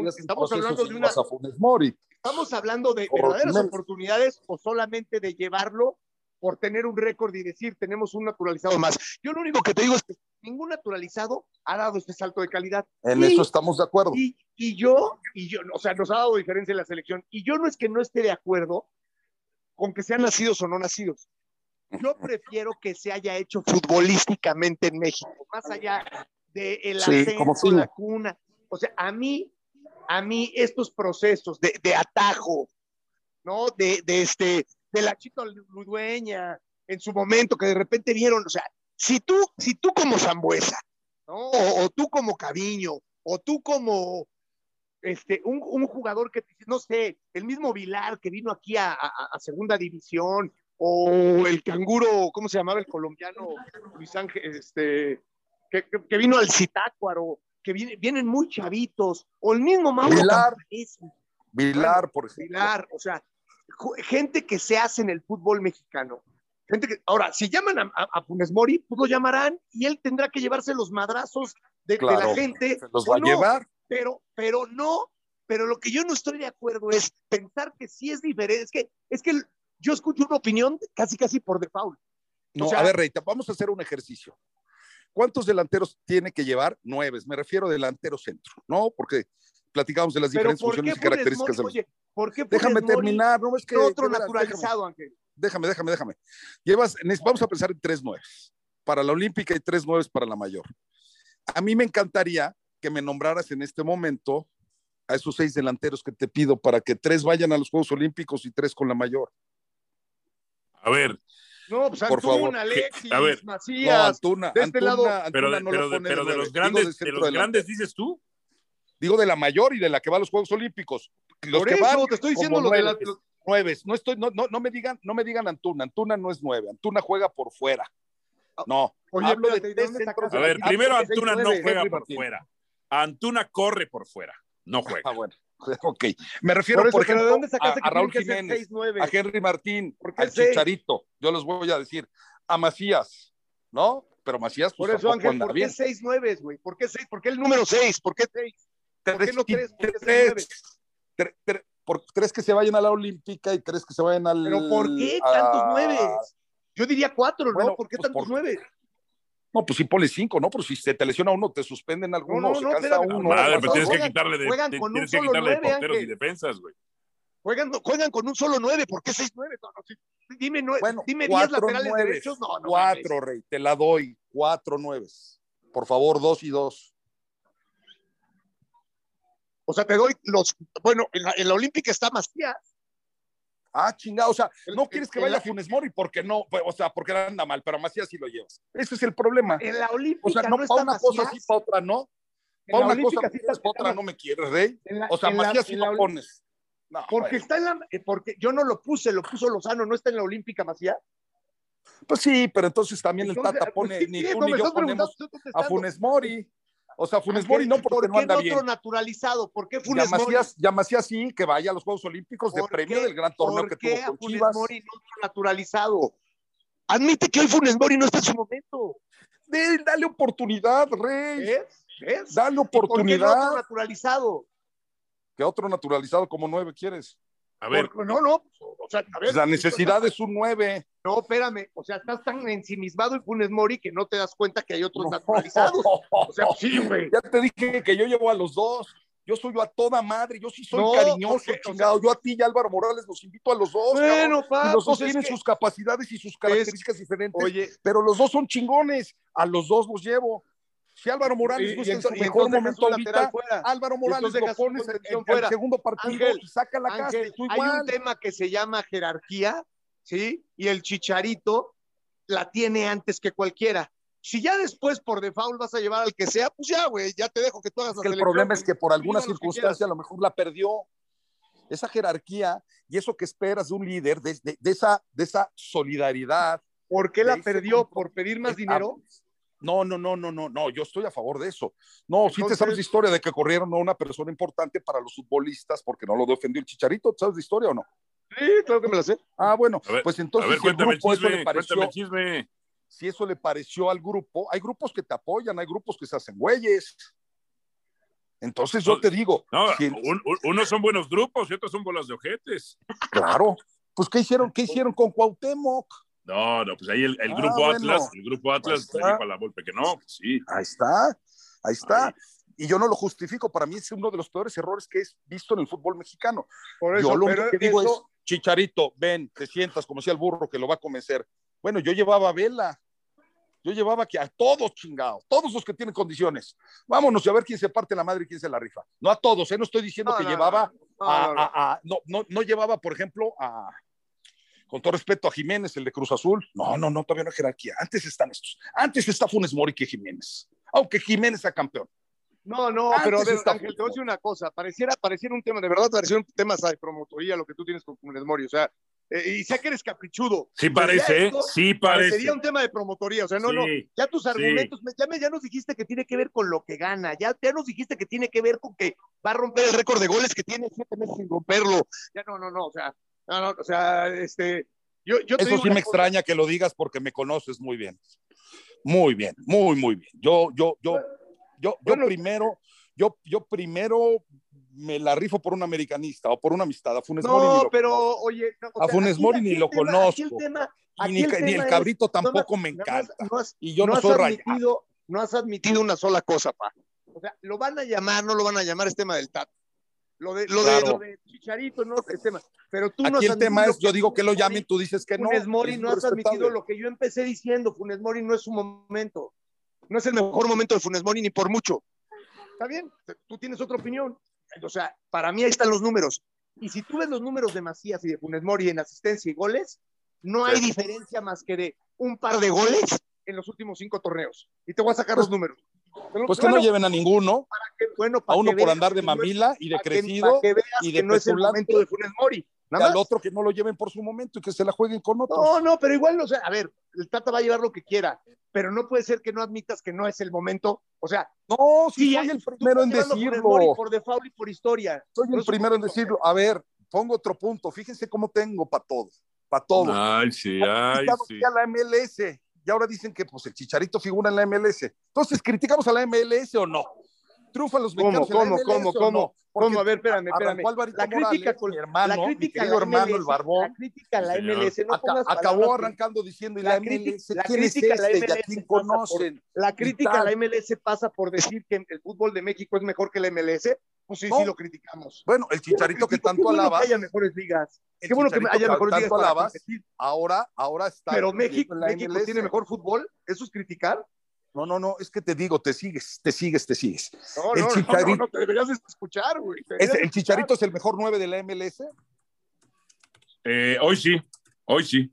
verdaderas oportunidades o solamente de llevarlo por tener un récord y decir tenemos un naturalizado más. Yo lo único que te digo es que ningún naturalizado ha dado este salto de calidad. En eso estamos de acuerdo. Y yo, o sea, nos ha dado diferencia en la selección. Y yo no es que no esté de acuerdo con que sean nacidos o no nacidos. Yo prefiero que se haya hecho futbolísticamente en México, más allá del ascenso, la cuna. O sea, a mí estos procesos de atajo, ¿no? De la Chito Ludueña, en su momento, que de repente vieron, o sea, si tú como Sambuesa, ¿no? O tú como Caviño, o tú como un jugador que, no sé, el mismo Vilar que vino aquí a segunda división, o el canguro, ¿cómo se llamaba el colombiano? Luis Ángel, que vino al Zitácuaro, que vienen muy chavitos, o el mismo Mauro Vilar, por ejemplo. Vilar, o sea, gente que se hace en el fútbol mexicano. Ahora, si llaman a Funes Mori, pues lo llamarán y él tendrá que llevarse los madrazos de la gente. Se los va a llevar. Pero lo que yo no estoy de acuerdo es pensar que sí es diferente. Es que yo escucho una opinión casi por default. No, a ver, Rey, vamos a hacer un ejercicio. ¿Cuántos delanteros tiene que llevar? 9, me refiero a delantero centro, ¿no? Porque platicamos de las diferentes funciones y características de los... Oye, ¿por qué déjame terminar, no es que... Otro naturalizado, Ángel. Déjame. Vamos a pensar en 3 9. Para la olímpica y 3 9 para la mayor. A mí me encantaría que me nombraras en este momento a esos 6 delanteros que te pido para que 3 vayan a los Juegos Olímpicos y 3 con la mayor. A ver. No, pues por Antuna, favor. Alexis, A ver. Macías. No, Antuna, pero de los grandes dices tú. Digo de la mayor y de la que va a los Juegos Olímpicos. Por eso te estoy diciendo lo de las 9. No me digan Antuna. Antuna no es 9. Antuna juega por fuera. No. Oye, hablo de 3 centros. A ver, primero Antuna no juega por fuera. Antuna corre por fuera. no juega. Ah, bueno, ok. Me refiero, por ejemplo, ¿de dónde sacaste a que Raúl tiene que ser Jiménez, 6-9? a Henry Martín, al 6? Chicharito, yo los voy a decir, a Macías, ¿no? Pero Macías, pues Por eso, tampoco Ángel, anda ¿por qué bien. 6-9, güey? ¿Por qué 6? ¿Por qué el número 6? ¿Por qué 6? ¿Por qué no 3? ¿Por qué 6-9? Por 3 que se vayan a la Olímpica y 3 que se vayan al... ¿Pero por qué tantos 9? Yo diría 4, bueno, ¿no? ¿Por qué pues tantos 9? No, pues sí ponle 5, ¿no? Pero si se te lesiona uno, te suspenden alguno, se cansa espérame. uno. Madre, pasa pero tienes dos. que quitarle de, juegan con tienes un que solo quitarle de 9, porteros y Ángel. defensas, güey. Juegan con un solo 9, ¿por qué 6-9? Dime, Bueno, dime 10 4 laterales 9, derechos. No, 4, Rey, te la doy. 4 9. Por favor, 2 y 2. O sea, te doy los. Bueno, en la Olímpica está Macías. Ah, chingado, o sea, no quieres que vaya la- Funes Mori porque no, pues, o sea, porque anda mal, pero a Macías sí lo llevas. Ese es el problema. En la Olímpica O sea, no, no para está una cosa Macías. sí, para otra no. En Para la una cosa Olímpica me sí quieres, está. para otra no me quieres, Rey. En O sea, Macías sí lo pones. No, porque bueno. está en la. Porque yo no lo puse, lo puso Lozano, ¿no está en la Olímpica Macías? Pues sí, pero entonces también Entonces, el Tata pues pone, sí, ni sí, tú no ni me yo estás preguntando, ponemos estoy a contestando. Funes Mori. O sea, Funes Mori Ángel, no ¿y porque por no qué anda no bien. otro naturalizado? ¿Por qué Funes Mori? Ya Macías sí, que vaya a los Juegos Olímpicos de premio del gran torneo que tuvo ¿Por qué a con Funes Chivas. Mori no otro naturalizado? Admite que hoy Funes Mori no está en su momento. Dale oportunidad, Rey. ¿Es? Dale ¿Y por qué no otro oportunidad. naturalizado? ¿Qué otro naturalizado como 9 quieres? A ver, No, o sea, a ver. La necesidad es un 9. No, espérame, o sea, estás tan ensimismado en Funes Mori que no te das cuenta que hay otros naturalizados. O sea, sí, güey. Ya te dije que yo llevo a los dos. Yo soy yo a toda madre, yo sí soy No, cariñoso, porque, chingado. Yo a ti y a Álvaro Morales los invito a los dos, bueno, cabrón. Y los pues dos tienen sus capacidades y sus características diferentes, oye, pero los dos son chingones. A los dos los llevo. Si Álvaro Morales no está en su mejor momento ahorita, Álvaro Morales lo pones en el segundo partido y saca la casta y tú igual. Hay un tema que se llama jerarquía, ¿sí? Y el Chicharito la tiene antes que cualquiera. Si ya después por default vas a llevar al que sea, pues ya, güey, ya te dejo que tú hagas la selección. El problema es que por alguna circunstancia a lo mejor la perdió. Esa jerarquía y eso que esperas de un líder, de esa solidaridad. ¿Por qué la perdió? ¿Por pedir más dinero? No, yo estoy a favor de eso. No, si te sabes la historia de que corrieron a una persona importante para los futbolistas porque no lo defendió el Chicharito, ¿sabes la historia o no? Sí, claro que me la sé. Ah, bueno, ver, pues entonces si el grupo eso le pareció, chisme. Si eso le pareció al grupo, hay grupos que te apoyan, hay grupos que se hacen güeyes. Entonces yo te digo. No, unos son buenos grupos y otros son bolas de ojetes. Claro. Pues ¿qué hicieron con Cuauhtémoc? No, pues ahí el grupo Atlas, bueno, el grupo Atlas le dijo a la Volpe que no, pues sí. Ahí está. Ay. Y yo no lo justifico, para mí es uno de los peores errores que he visto en el fútbol mexicano. Por eso, yo lo único que digo es, Chicharito, ven, te sientas como decía el burro que lo va a convencer. Bueno, yo llevaba a Vela, yo llevaba a todos chingados, todos los que tienen condiciones. Vámonos y a ver quién se parte la madre y quién se la rifa. No a todos, no estoy diciendo que llevaba no llevaba, por ejemplo, con todo respeto a Jiménez, el de Cruz Azul. No, todavía no hay jerarquía. Antes están estos. Antes está Funes Mori que Jiménez. Aunque Jiménez sea campeón. No, pero a ver, Ángel, te voy a decir una cosa. Pareciera un tema, de verdad, pareciera un tema de promotoría lo que tú tienes con Funes Mori. O sea, y sé que eres caprichudo. Sí parece, sí parece. Sería un tema de promotoría. O sea, no. Ya tus argumentos, ya nos dijiste que tiene que ver con lo que gana. Ya nos dijiste que tiene que ver con que va a romper el récord de goles que tiene 7 meses sin romperlo. Ya no. O sea, yo eso sí me extraña que lo digas porque me conoces muy bien. Muy bien, muy bien. Yo primero me la rifo por un americanista o por una amistad. A Funes Mori ni lo conozco. Oye, a Funes Mori ni lo conozco. Ni el cabrito tampoco me encanta. Y yo no soy rayado. No has admitido una sola cosa, pa. O sea, lo van a llamar, no lo van a llamar, es tema del Tata. Lo de Chicharito no es tema. Pero tú aquí el tema es, yo digo que lo llamen, tú dices que no. Funes Mori no has admitido lo que yo empecé diciendo. Funes Mori no es su momento. No es el mejor momento de Funes Mori ni por mucho. Está bien, tú tienes otra opinión. O sea, para mí ahí están los números. Y si tú ves los números de Macías y de Funes Mori en asistencia y goles, no hay diferencia más que de un par de goles en los últimos 5 torneos. Y te voy a sacar los números. Pues que no lleven a ninguno, a uno por andar de mamila y de crecido y de que no es el momento de Funes Mori. Y al otro que no lo lleven por su momento y que se la jueguen con otros. No, pero igual, o sea, a ver, el Tata va a llevar lo que quiera, pero no puede ser que no admitas que no es el momento. O sea, no, si soy el primero en decirlo. Por default y por historia. Soy el primero en decirlo. A ver, pongo otro punto. Fíjense cómo tengo para todo. Para todo. Ay, sí. A la MLS. Y ahora dicen que pues, el Chicharito figura en la MLS. Entonces, ¿criticamos a la MLS o no? ¿Triunfan los mexicanos en la MLS o no? ¿Cómo? A ver, espérame. La crítica con mi hermano, mi querido hermano, el Barbón. La crítica a la MLS. Acabó arrancando diciendo, ¿y la MLS? ¿Quién es este? ¿Y a quién conocen? La crítica a la MLS pasa por decir que el fútbol de México es mejor que la MLS. Pues sí, sí lo criticamos. Bueno, el Chicharito que tanto alabas. Qué bueno que haya mejores ligas. Qué bueno que haya mejores ligas para competir. Ahora está. Pero México tiene mejor fútbol. ¿Eso es criticar? No, es que te digo, te sigues. No, te deberías escuchar, güey. ¿El Chicharito es el mejor 9 de la MLS? Hoy sí.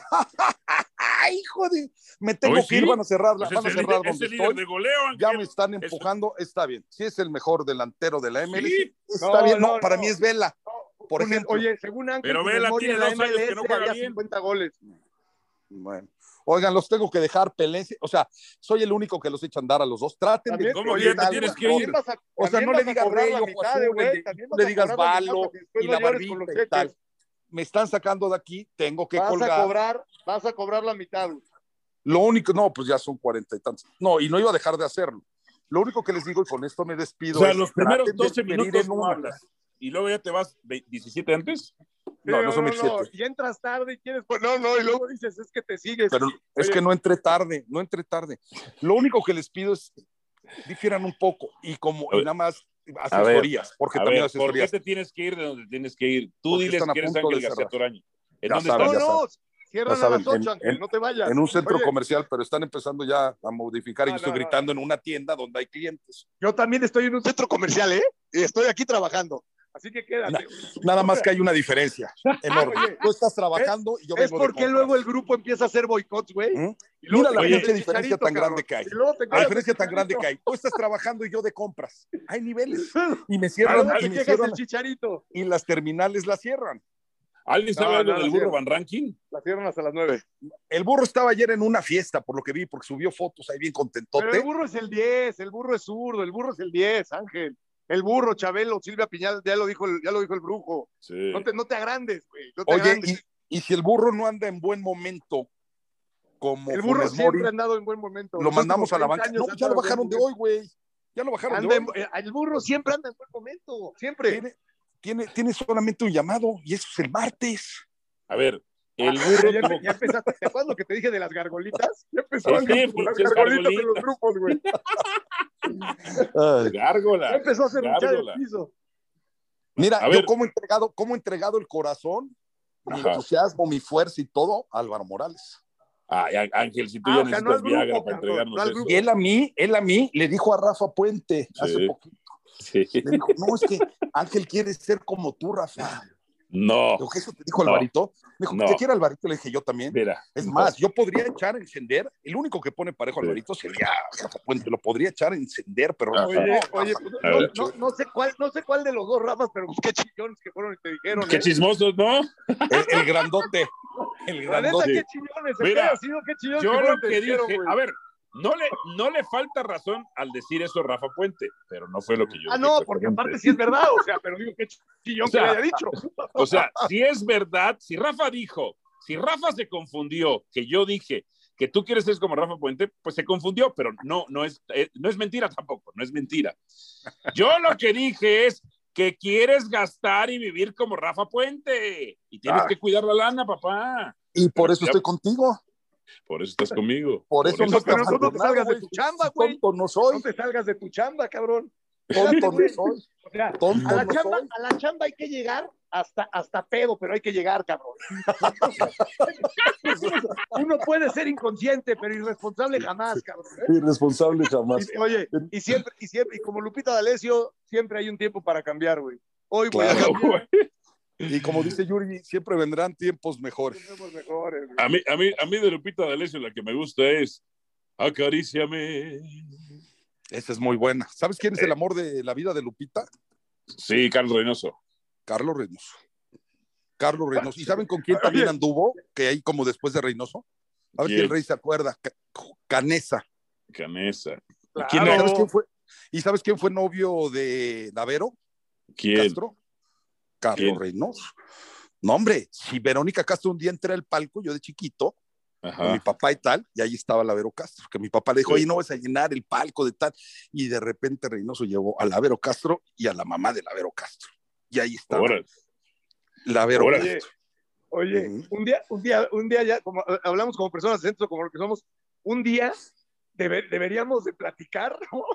Ay, joder, me tengo que ir, van a cerrar donde estoy. De goleo, ya me están empujando, está bien. Si es el mejor delantero de la MLS, está bien. No, para mí es Vela. Por ejemplo. Oye, según Ángel, pero Vela tiene 2 años que no juega bien. 50 goles. Bueno. Oigan, los tengo que dejar, pelense. O sea, soy el único que los echa a andar a los dos. Traten de. ¿Cómo bien te tienes que ir? O sea, no le digas Rey, ojo azul, no le digas Balo y la barbita y tal. Me están sacando de aquí, tengo que colgar. Vas a cobrar la mitad. Lo único, no, pues ya son 40 y tantos. No, y no iba a dejar de hacerlo. Lo único que les digo, y con esto me despido. O sea, los primeros 12 minutos no hablas. Y luego ya te vas 17 antes. No son 17. Y entras tarde y quieres, pues no, y luego dices, es que te sigues. Pero es que no entré tarde. Lo único que les pido es difieran un poco y nada más asesorías. Porque también asesorías. ¿Por qué te tienes que ir de donde tienes que ir? Tú diles que eres Ángel García Toraño. ¿En dónde estás? Cierran a las 8, Ángel, no te vayas. En un centro comercial, pero están empezando ya a modificar y yo estoy gritando en una tienda donde hay clientes. Yo también estoy en un centro comercial, y estoy aquí trabajando. Así que quédate. Nada más que hay una diferencia enorme. Oye, tú estás trabajando y yo vengo. Es porque luego el grupo empieza a hacer boicots, güey. Mira la diferencia tan grande que hay. La diferencia tan grande que hay. Tú estás trabajando y yo de compras. Hay niveles. Y me cierran. El Chicharito. Y las terminales las cierran. ¿Alguien sabe algo del burro Van Ranking? La cierran hasta las 9. El burro estaba ayer en una fiesta, por lo que vi, porque subió fotos ahí bien contentote. Pero el burro es el 10, el burro es zurdo, el burro es el 10, Ángel. El burro, Chabelo, Silvia Piñal, ya lo dijo el brujo. Sí. No te agrandes, güey. Oye, y si el burro no anda en buen momento, como el burro siempre ha andado en buen momento. Lo mandamos a la banca. No, ya lo bajaron de hoy, güey. Ya lo bajaron de hoy. El burro siempre anda en buen momento, siempre. Tiene solamente un llamado y eso es el martes. A ver, el burro. Ya empezaste, ¿te acuerdas lo que te dije de las gargolitas? Ya empezó las gargolitas de los grupos, güey. Gárgola. Ya empezó a hacer luchar el piso. Mira, yo como he entregado el corazón, mi entusiasmo, mi fuerza y todo a Álvaro Morales. Ángel, si tú ya necesitas Viagra para entregarnos eso. Y él a mí le dijo a Rafa Puente hace poquito. Sí. Le dijo, no, es que Ángel quiere ser como tú, Rafa. No. ¿Eso te dijo Alvarito? Me dijo, ¿qué quiere Alvarito? Le dije, yo también. Mira, es más, yo podría echar a encender, el único que pone parejo Alvarito sería Rafa Puente, lo podría echar a encender, pero no sé cuál de los dos Rafas, pero qué chillones que fueron y te dijeron. Qué chismosos, ¿no? El grandote. El grandote. Qué chillones, mira, qué chillones. Yo lo que dije, a ver, no le falta razón al decir eso Rafa Puente, pero no fue lo que yo dije. No, porque aparte sí es verdad, o sea, pero digo, qué chillón que le haya dicho. O sea, si es verdad, si Rafa se confundió, que yo dije que tú quieres ser como Rafa Puente, pues se confundió, pero no es mentira tampoco, no es mentira. Yo lo que dije es que quieres gastar y vivir como Rafa Puente, y tienes que cuidar la lana, papá. Y por eso estoy contigo. Por eso estás conmigo. Por eso no te salgas de tu chamba, güey. Tonto no soy. No te salgas de tu chamba, cabrón. Tonto no soy. O sea, a la chamba hay que llegar hasta pedo, pero hay que llegar, cabrón. Uno puede ser inconsciente, pero irresponsable jamás, cabrón. Irresponsable jamás. Y siempre, y como Lupita D'Alessio, siempre hay un tiempo para cambiar, güey. Hoy voy a cambiar. Y como dice Yuri, siempre vendrán tiempos mejores. A mí de Lupita D'Alessio la que me gusta es Acaríciame. Esa es muy buena. ¿Sabes quién es el amor de la vida de Lupita? Sí, Carlos Reynoso. Carlos Carlos Reynoso. ¿Y saben con quién también anduvo? Que ahí como después de Reynoso. A ver si el Rey se acuerda. Canesa. Canesa. Claro. ¿Quién ¿Sabes quién fue? ¿Y sabes quién fue novio de Lavero? ¿Quién? Castro. Carlos Reynoso. No, hombre, si Verónica Castro un día entra al palco, yo de chiquito, con mi papá y tal, y ahí estaba Lavero Castro, que mi papá le dijo, oye, no vas a llenar el palco de tal, y de repente Reynoso llevó a Lavero Castro y a la mamá de Lavero Castro, y ahí estaba Lavero Castro. Oye, un día ya, como hablamos como personas de centro, como lo que somos, un día deberíamos de platicar, ¿no?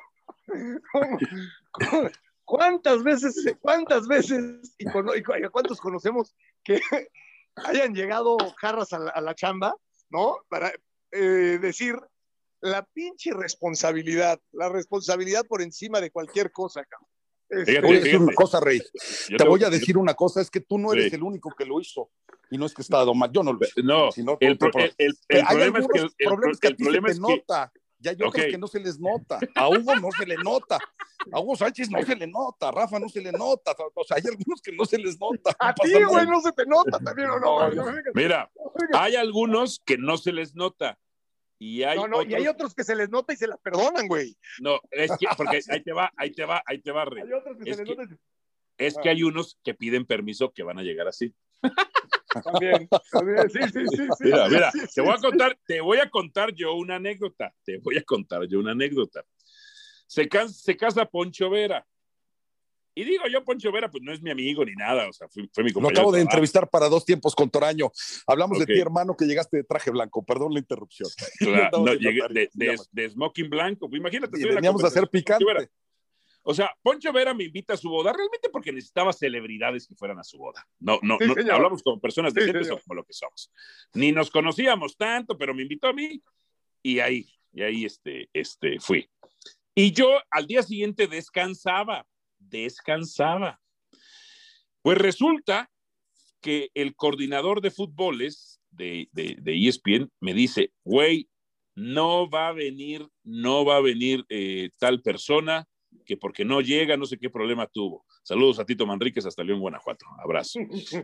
¿Cuántas veces y cuántos conocemos que hayan llegado jarras a la chamba, ¿no? Para decir la pinche responsabilidad, la responsabilidad por encima de cualquier cosa, cabrón. Te voy a decir una cosa, Rey. Te voy a decir una cosa, es que tú no eres el único que lo hizo. Y no es que estaba mal, yo no lo hice. No, el problema es que a ti se te nota. Ya hay otros que no se les nota. A Hugo no se le nota. A Hugo Sánchez no se le nota. A Rafa no se le nota. O sea, hay algunos que no se les nota. A ti, güey, no se te nota también, ¿o no? Mira, hay algunos que no se les nota. Y hay y hay otros que se les nota y se las perdonan, güey. No, es que, porque ahí te va, Rey. Hay otros que se les nota. Es que hay unos que piden permiso que van a llegar así. También, sí. Mira, sí, te voy a contar yo una anécdota. Se casa Poncho Vera. Y digo yo, Poncho Vera, pues no es mi amigo ni nada, o sea, fue mi compañero. Lo acabo de entrevistar para 2 tiempos con Toraño. Hablamos de ti, hermano, que llegaste de traje blanco. Perdón la interrupción. Claro, no, llegué de smoking blanco. Pues imagínate. Y veníamos a hacer picante. O sea, Poncho Vera me invita a su boda realmente porque necesitaba celebridades que fueran a su boda. No, hablamos como personas decentes o como lo que somos. Ni nos conocíamos tanto, pero me invitó a mí y ahí fui. Y yo al día siguiente descansaba. Pues resulta que el coordinador de fútboles de ESPN me dice, güey, no va a venir tal persona, que porque no llega, no sé qué problema tuvo. Saludos a Tito Manríquez hasta León, Guanajuato. Abrazo.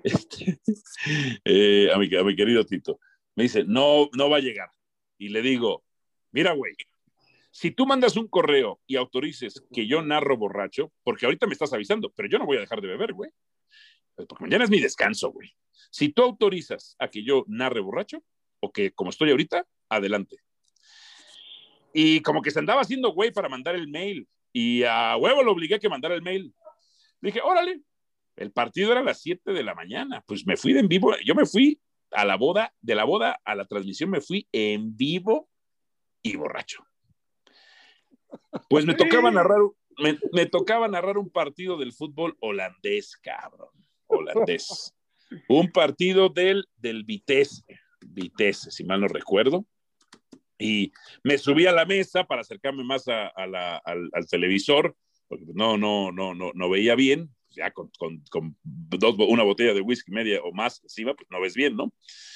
A mi querido Tito. Me dice, no va a llegar. Y le digo, mira, güey, si tú mandas un correo y autorices que yo narro borracho, porque ahorita me estás avisando, pero yo no voy a dejar de beber, güey. Porque mañana es mi descanso, güey. Si tú autorizas a que yo narre borracho, o que como estoy ahorita, adelante. Y como que se andaba haciendo güey para mandar el mail. Y a huevo lo obligué a que mandara el mail. Dije, órale, el partido era a las 7 de la mañana. Pues me fui de en vivo. Yo me fui a la boda, de la boda a la transmisión me fui en vivo y borracho. Pues me tocaba narrar un partido del fútbol holandés, cabrón. Holandés. Un partido del Vitesse, si mal no recuerdo. Y me subí a la mesa para acercarme más al televisor, porque no veía bien, ya con una botella de whisky media o más encima, pues no ves bien, ¿no?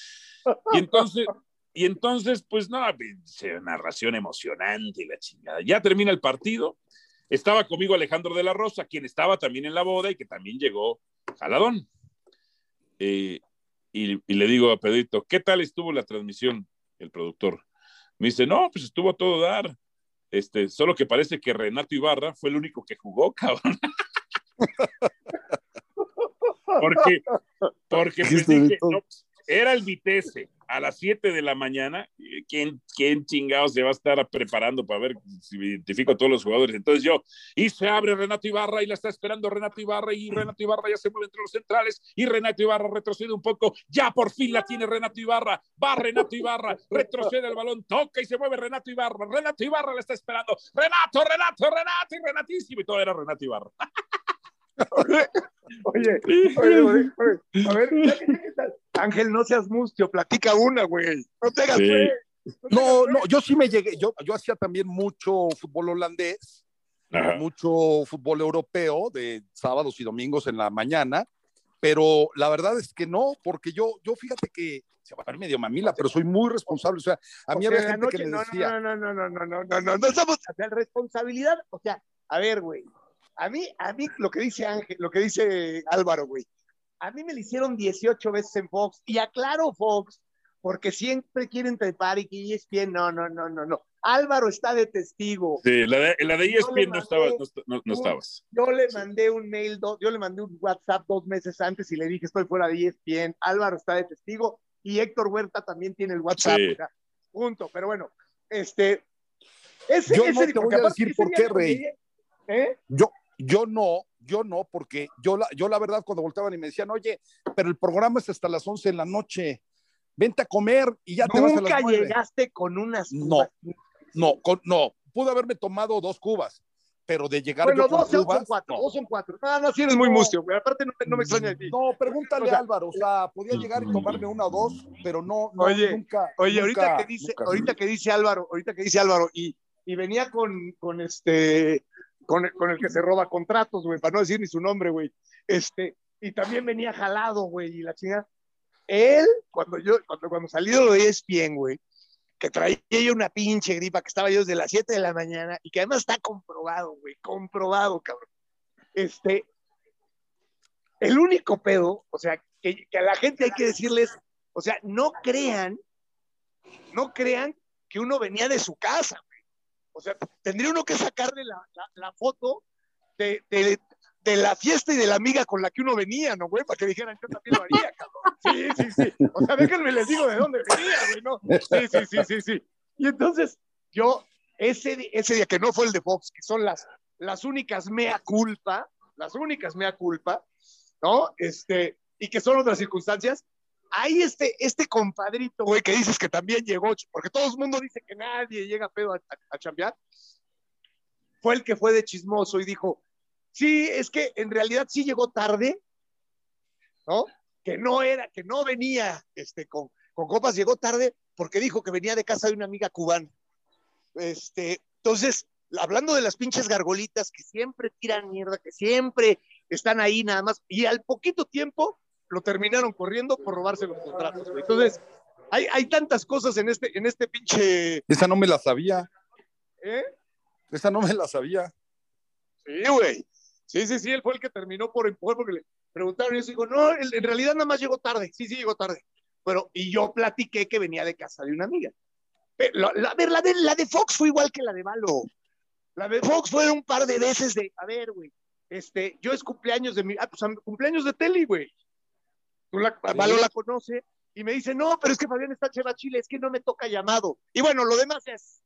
Y entonces pues no, narración emocionante y la chingada. Ya termina el partido, estaba conmigo Alejandro de la Rosa, quien estaba también en la boda y que también llegó jaladón. Y le digo a Pedrito, ¿qué tal estuvo la transmisión? El productor me dice, no, pues estuvo a todo dar. Solo que parece que Renato Ibarra fue el único que jugó, cabrón. porque pues dije, no, era el Vitesse a las 7 de la mañana. ¿Quién chingados se va a estar preparando para ver si identifico a todos los jugadores? Entonces y se abre Renato Ibarra y la está esperando Renato Ibarra y Renato Ibarra ya se mueve entre los centrales y Renato Ibarra retrocede un poco, ya por fin la tiene Renato Ibarra, va Renato Ibarra, retrocede el balón, toca y se mueve Renato Ibarra la está esperando, Renato y Renatísimo, y todo era Renato Ibarra. Oye, a ver, Ángel, no seas mustio, platica una, güey. No te hagas, güey. No, yo sí me llegué, yo hacía también mucho fútbol holandés, mucho fútbol europeo de sábados y domingos en la mañana, pero la verdad es que no, porque yo fíjate que se va a ver medio mamila, pero soy muy responsable, o sea, a mí había gente que me decía... No estamos, o sea, responsabilidad, o sea, a ver, güey, a mí lo que dice Ángel, lo que dice Álvaro, güey, A mí me lo hicieron 18 veces en Fox, y aclaro Fox, porque siempre quieren trepar y que ESPN, no. Álvaro está de testigo. Sí, la de ESPN no estabas. Yo le mandé un mail, yo le mandé un WhatsApp 2 meses antes y le dije, estoy fuera de ESPN, Álvaro está de testigo, y Héctor Huerta también tiene el WhatsApp, Sí. o sea, punto. Pero bueno, yo no te voy a decir por qué, Rey. Yo no, porque yo la verdad cuando volteaban y me decían, oye, pero el programa es hasta las 11 de la noche, vente a comer y ya te vas a las 9. Nunca llegaste con unas cubas. No, pude haberme tomado 2 cubas, pero de llegar bueno, yo con 2 son cubas, 4, no. 2 son 4. No, sí eres muy mustio, güey. Aparte no me extraña de ti. No, pregúntale a Álvaro, o sea, podía llegar y tomarme 1 o 2, pero no, nunca. Ahorita que dice Álvaro, y venía con el que se roba contratos, güey, para no decir ni su nombre, güey. Y también venía jalado, güey, y la chingada. Él, cuando salí de ESPN, güey, que traía yo una pinche gripa, que estaba yo desde las 7 de la mañana, y que además está comprobado, güey, cabrón. El único pedo, o sea, que a la gente hay que decirles, o sea, no crean que uno venía de su casa, güey. O sea, tendría uno que sacarle la foto de la fiesta y de la amiga con la que uno venía, ¿no, güey? Para que dijeran, yo también lo haría, cabrón. Sí. O sea, déjenme les digo de dónde venía, güey, ¿no? Sí. Y entonces, yo, ese día que no fue el de Fox, que son las únicas mea culpa, ¿no? Y que son otras circunstancias, hay este compadrito, güey, que dices que también llegó, porque todo el mundo dice que nadie llega pedo a chambear, fue el que fue de chismoso y dijo, sí, es que en realidad sí llegó tarde, ¿no? Que no venía con copas, llegó tarde porque dijo que venía de casa de una amiga cubana. Entonces, hablando de las pinches gargolitas que siempre tiran mierda, que siempre están ahí nada más, y al poquito tiempo lo terminaron corriendo por robarse los contratos, güey. Entonces, hay tantas cosas en este pinche... Esa no me la sabía. Esa no me la sabía. Sí, güey. Sí, él fue el que terminó por empujar porque le preguntaron y yo digo, no, en realidad nada más llegó tarde. Sí, llegó tarde. Pero, y yo platiqué que venía de casa de una amiga. Pero, la de Fox fue igual que la de Valo. La de Fox fue un par de veces de, a ver, güey, yo es cumpleaños de cumpleaños de Teli, güey. Valo la conoce y me dice, no, pero es que Fabián está Cheva Chile, es que no me toca llamado. Y bueno, lo demás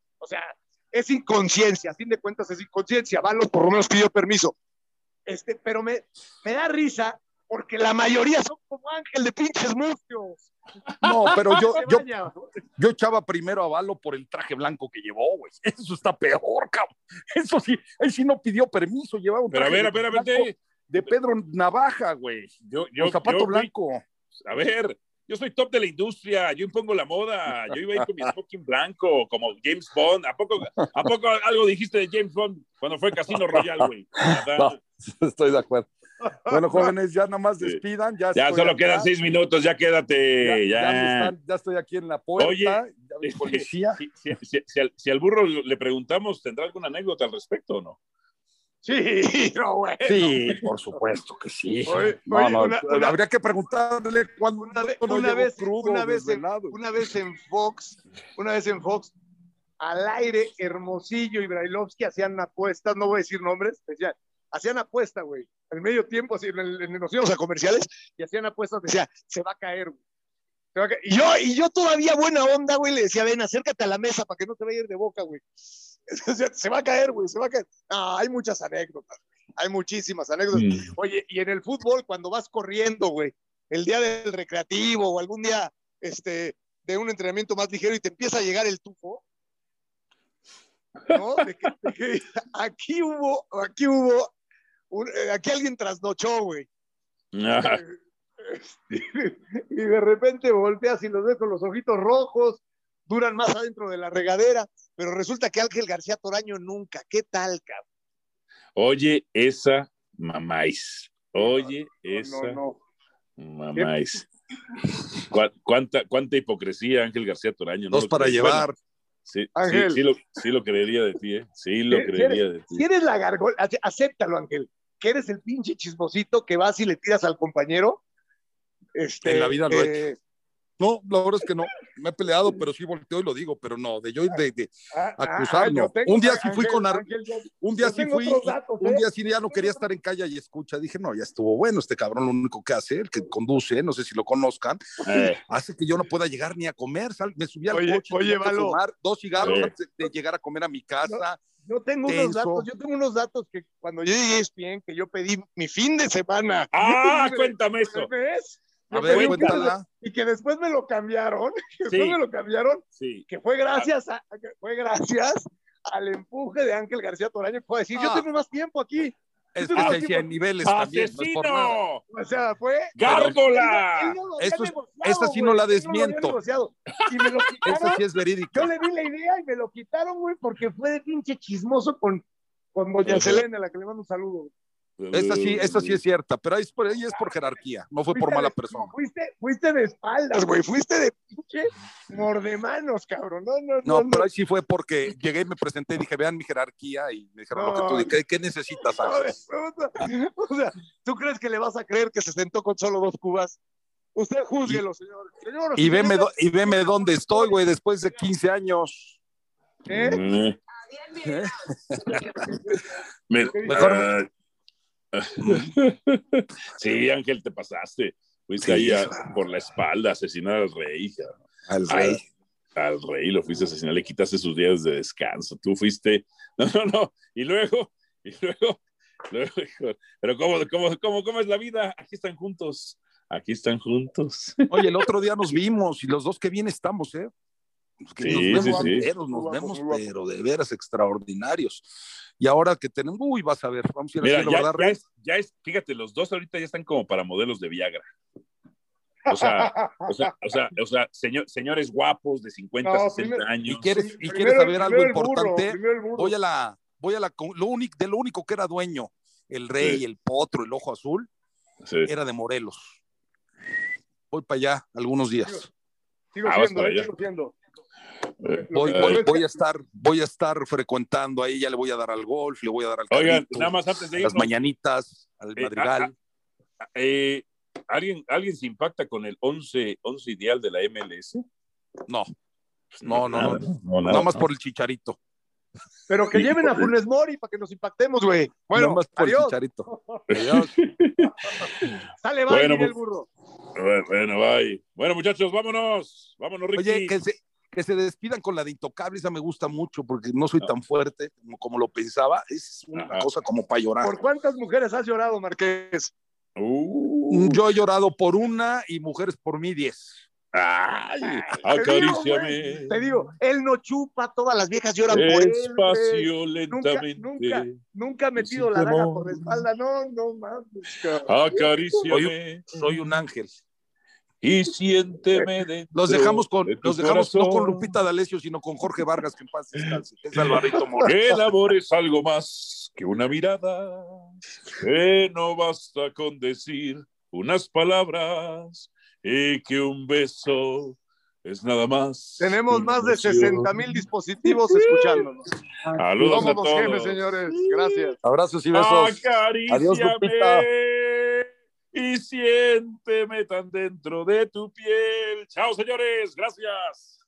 es inconsciencia, a fin de cuentas es inconsciencia. Valo por lo menos pidió permiso. Pero me da risa porque la mayoría son como Ángel de pinches mustios. No, pero yo echaba primero a Valo por el traje blanco que llevó, güey. Eso está peor, cabrón. Eso sí, él sí no pidió permiso, llevaba un traje de Pedro Navaja, güey. Con zapato blanco. A ver, yo soy top de la industria, yo impongo la moda, yo iba a ir con mi smoking blanco, como James Bond. ¿A poco algo dijiste de James Bond cuando fue Casino Royale, güey? No, estoy de acuerdo. Bueno, jóvenes, ya nada más despidan. Ya solo quedan 6 minutos, ya quédate. Ya estoy aquí en la puerta. Oye, ya mi policía. Si al burro le preguntamos, ¿tendrá alguna anécdota al respecto o no? Sí, no, güey. Sí, por supuesto que sí. Habría que preguntarle cuándo una vez en Fox, al aire, Hermosillo y Brailovsky hacían apuestas, no voy a decir nombres, hacían apuesta, güey. Al medio tiempo, así, nos íbamos a comerciales y hacían apuestas, decía, se va a caer, güey. Y yo todavía buena onda, güey, le decía, ven, acércate a la mesa para que no te vaya a ir de boca, güey. Se va a caer, güey, se va a caer. No, hay muchas anécdotas, güey. Hay muchísimas anécdotas. Oye, y en el fútbol, cuando vas corriendo, güey, el día del recreativo o algún día de un entrenamiento más ligero y te empieza a llegar el tufo, ¿no? De que aquí alguien trasnochó, güey. Y de repente volteas y los ves con los ojitos rojos, duran más adentro de la regadera, pero resulta que Ángel García Toraño nunca. ¿Qué tal, cabrón? Oye, esa mamáis. Mamáis. ¿Cuánta hipocresía, Ángel García Toraño? Dos para llevar. Bueno, sí lo creería de ti, ¿eh? Sí lo creería de ti. Si eres la gargola, acéptalo, Ángel, que eres el pinche chismosito que vas y le tiras al compañero, En la vida lo he hecho. No, la verdad es que no. Me he peleado, pero sí volteo y lo digo, pero no, de acusar, no. Un día sí fui con un día sí fui, un día sí ya no quería estar en Calla y Escucha. Dije, no, ya estuvo bueno este cabrón, lo único que hace, el que conduce, no sé si lo conozcan, hace que yo no pueda llegar ni a comer. Me subí al coche, tenía que fumar 2 cigarros antes de llegar a comer a mi casa. Yo tengo unos datos que cuando yo llegué a ESPN, que yo pedí mi fin de semana. Cuéntame eso. ¿Ves? A ver, cuéntala. Y que después me lo cambiaron, que fue gracias al empuje de Ángel García Toraño, que fue decir, yo tengo más tiempo aquí. Es que se decía en niveles también, no es por nada. O sea, fue... ¡Gárgola! Esta sí no la desmiento. Y me lo quitaron. Esta sí es verídica. Yo le di la idea y me lo quitaron, güey, porque fue de pinche chismoso con doña Selena, a la que le mando un saludo. Esta sí es cierta, pero ahí es por jerarquía, no fue por mala persona. Fuiste de espaldas, güey, fuiste de pinche mordemanos, cabrón. No, pero ahí sí fue porque llegué y me presenté y dije, vean mi jerarquía, y me dijeron lo que tú dices, ¿qué necesitas, Ángel? O sea, ¿tú crees que le vas a creer que se sentó con solo 2 cubas? Usted júzguelo, señor. Y veme dónde estoy, güey, después de 15 años. Mejor... Sí, Ángel, te pasaste. Fuiste ahí por la espalda a asesinar al rey. Al rey lo fuiste a asesinar, le quitaste sus días de descanso. Tú fuiste. No. Y luego. Pero ¿cómo es la vida? Aquí están juntos. Oye, el otro día nos vimos y los dos qué bien estamos, ¿eh? Nos vemos, pero de veras extraordinarios. Y ahora que tenemos, vas a ver, vamos a ir a ¿verdad? Fíjate, los dos ahorita ya están como para modelos de Viagra. O sea, señores guapos de 50, 60 años. ¿Y quieres saber algo importante? Voy a lo único que era dueño, el Rey, el Potro, el Ojo Azul, era de Morelos. Voy para allá algunos días. Sigo siendo. Voy a estar frecuentando ahí, ya le voy a dar al golf, le voy a dar al carrito, oigan, nada más antes de irnos, las mañanitas, al madrigal. ¿Alguien se impacta con el 11 ideal de la MLS? No. Nada más por el Chicharito. Pero que lleven a Funes Mori para que nos impactemos, güey. Bueno, nada más por el Chicharito. Adiós. Sale, bye, bueno, el burro. Bueno, bye. Bueno, muchachos, vámonos, Ricky. Oye, que se despidan con la de Intocable, esa me gusta mucho porque no soy tan fuerte como lo pensaba. Es una cosa como para llorar. ¿Por cuántas mujeres has llorado, Marqués? Yo he llorado por una y mujeres por mí 10. Ay, acaríciame. Te digo, él no chupa, todas las viejas lloran por él. Despacio, lentamente. Nunca ha metido la daga por la espalda. No mames. Acaríciame. Soy un ángel. Y siénteme dentro. Los dejamos no con Lupita D'Alessio, sino con Jorge Vargas, que en paz descanse. Es Alvarito Mora. Que el amor es algo más que una mirada, que no basta con decir unas palabras y que un beso es nada más. Tenemos más de 60,000 dispositivos escuchándonos. Saludos a todos. Jefes, señores. Gracias. Abrazos y besos. Adiós, Lupita. Y siénteme tan dentro de tu piel. Chao, señores. Gracias.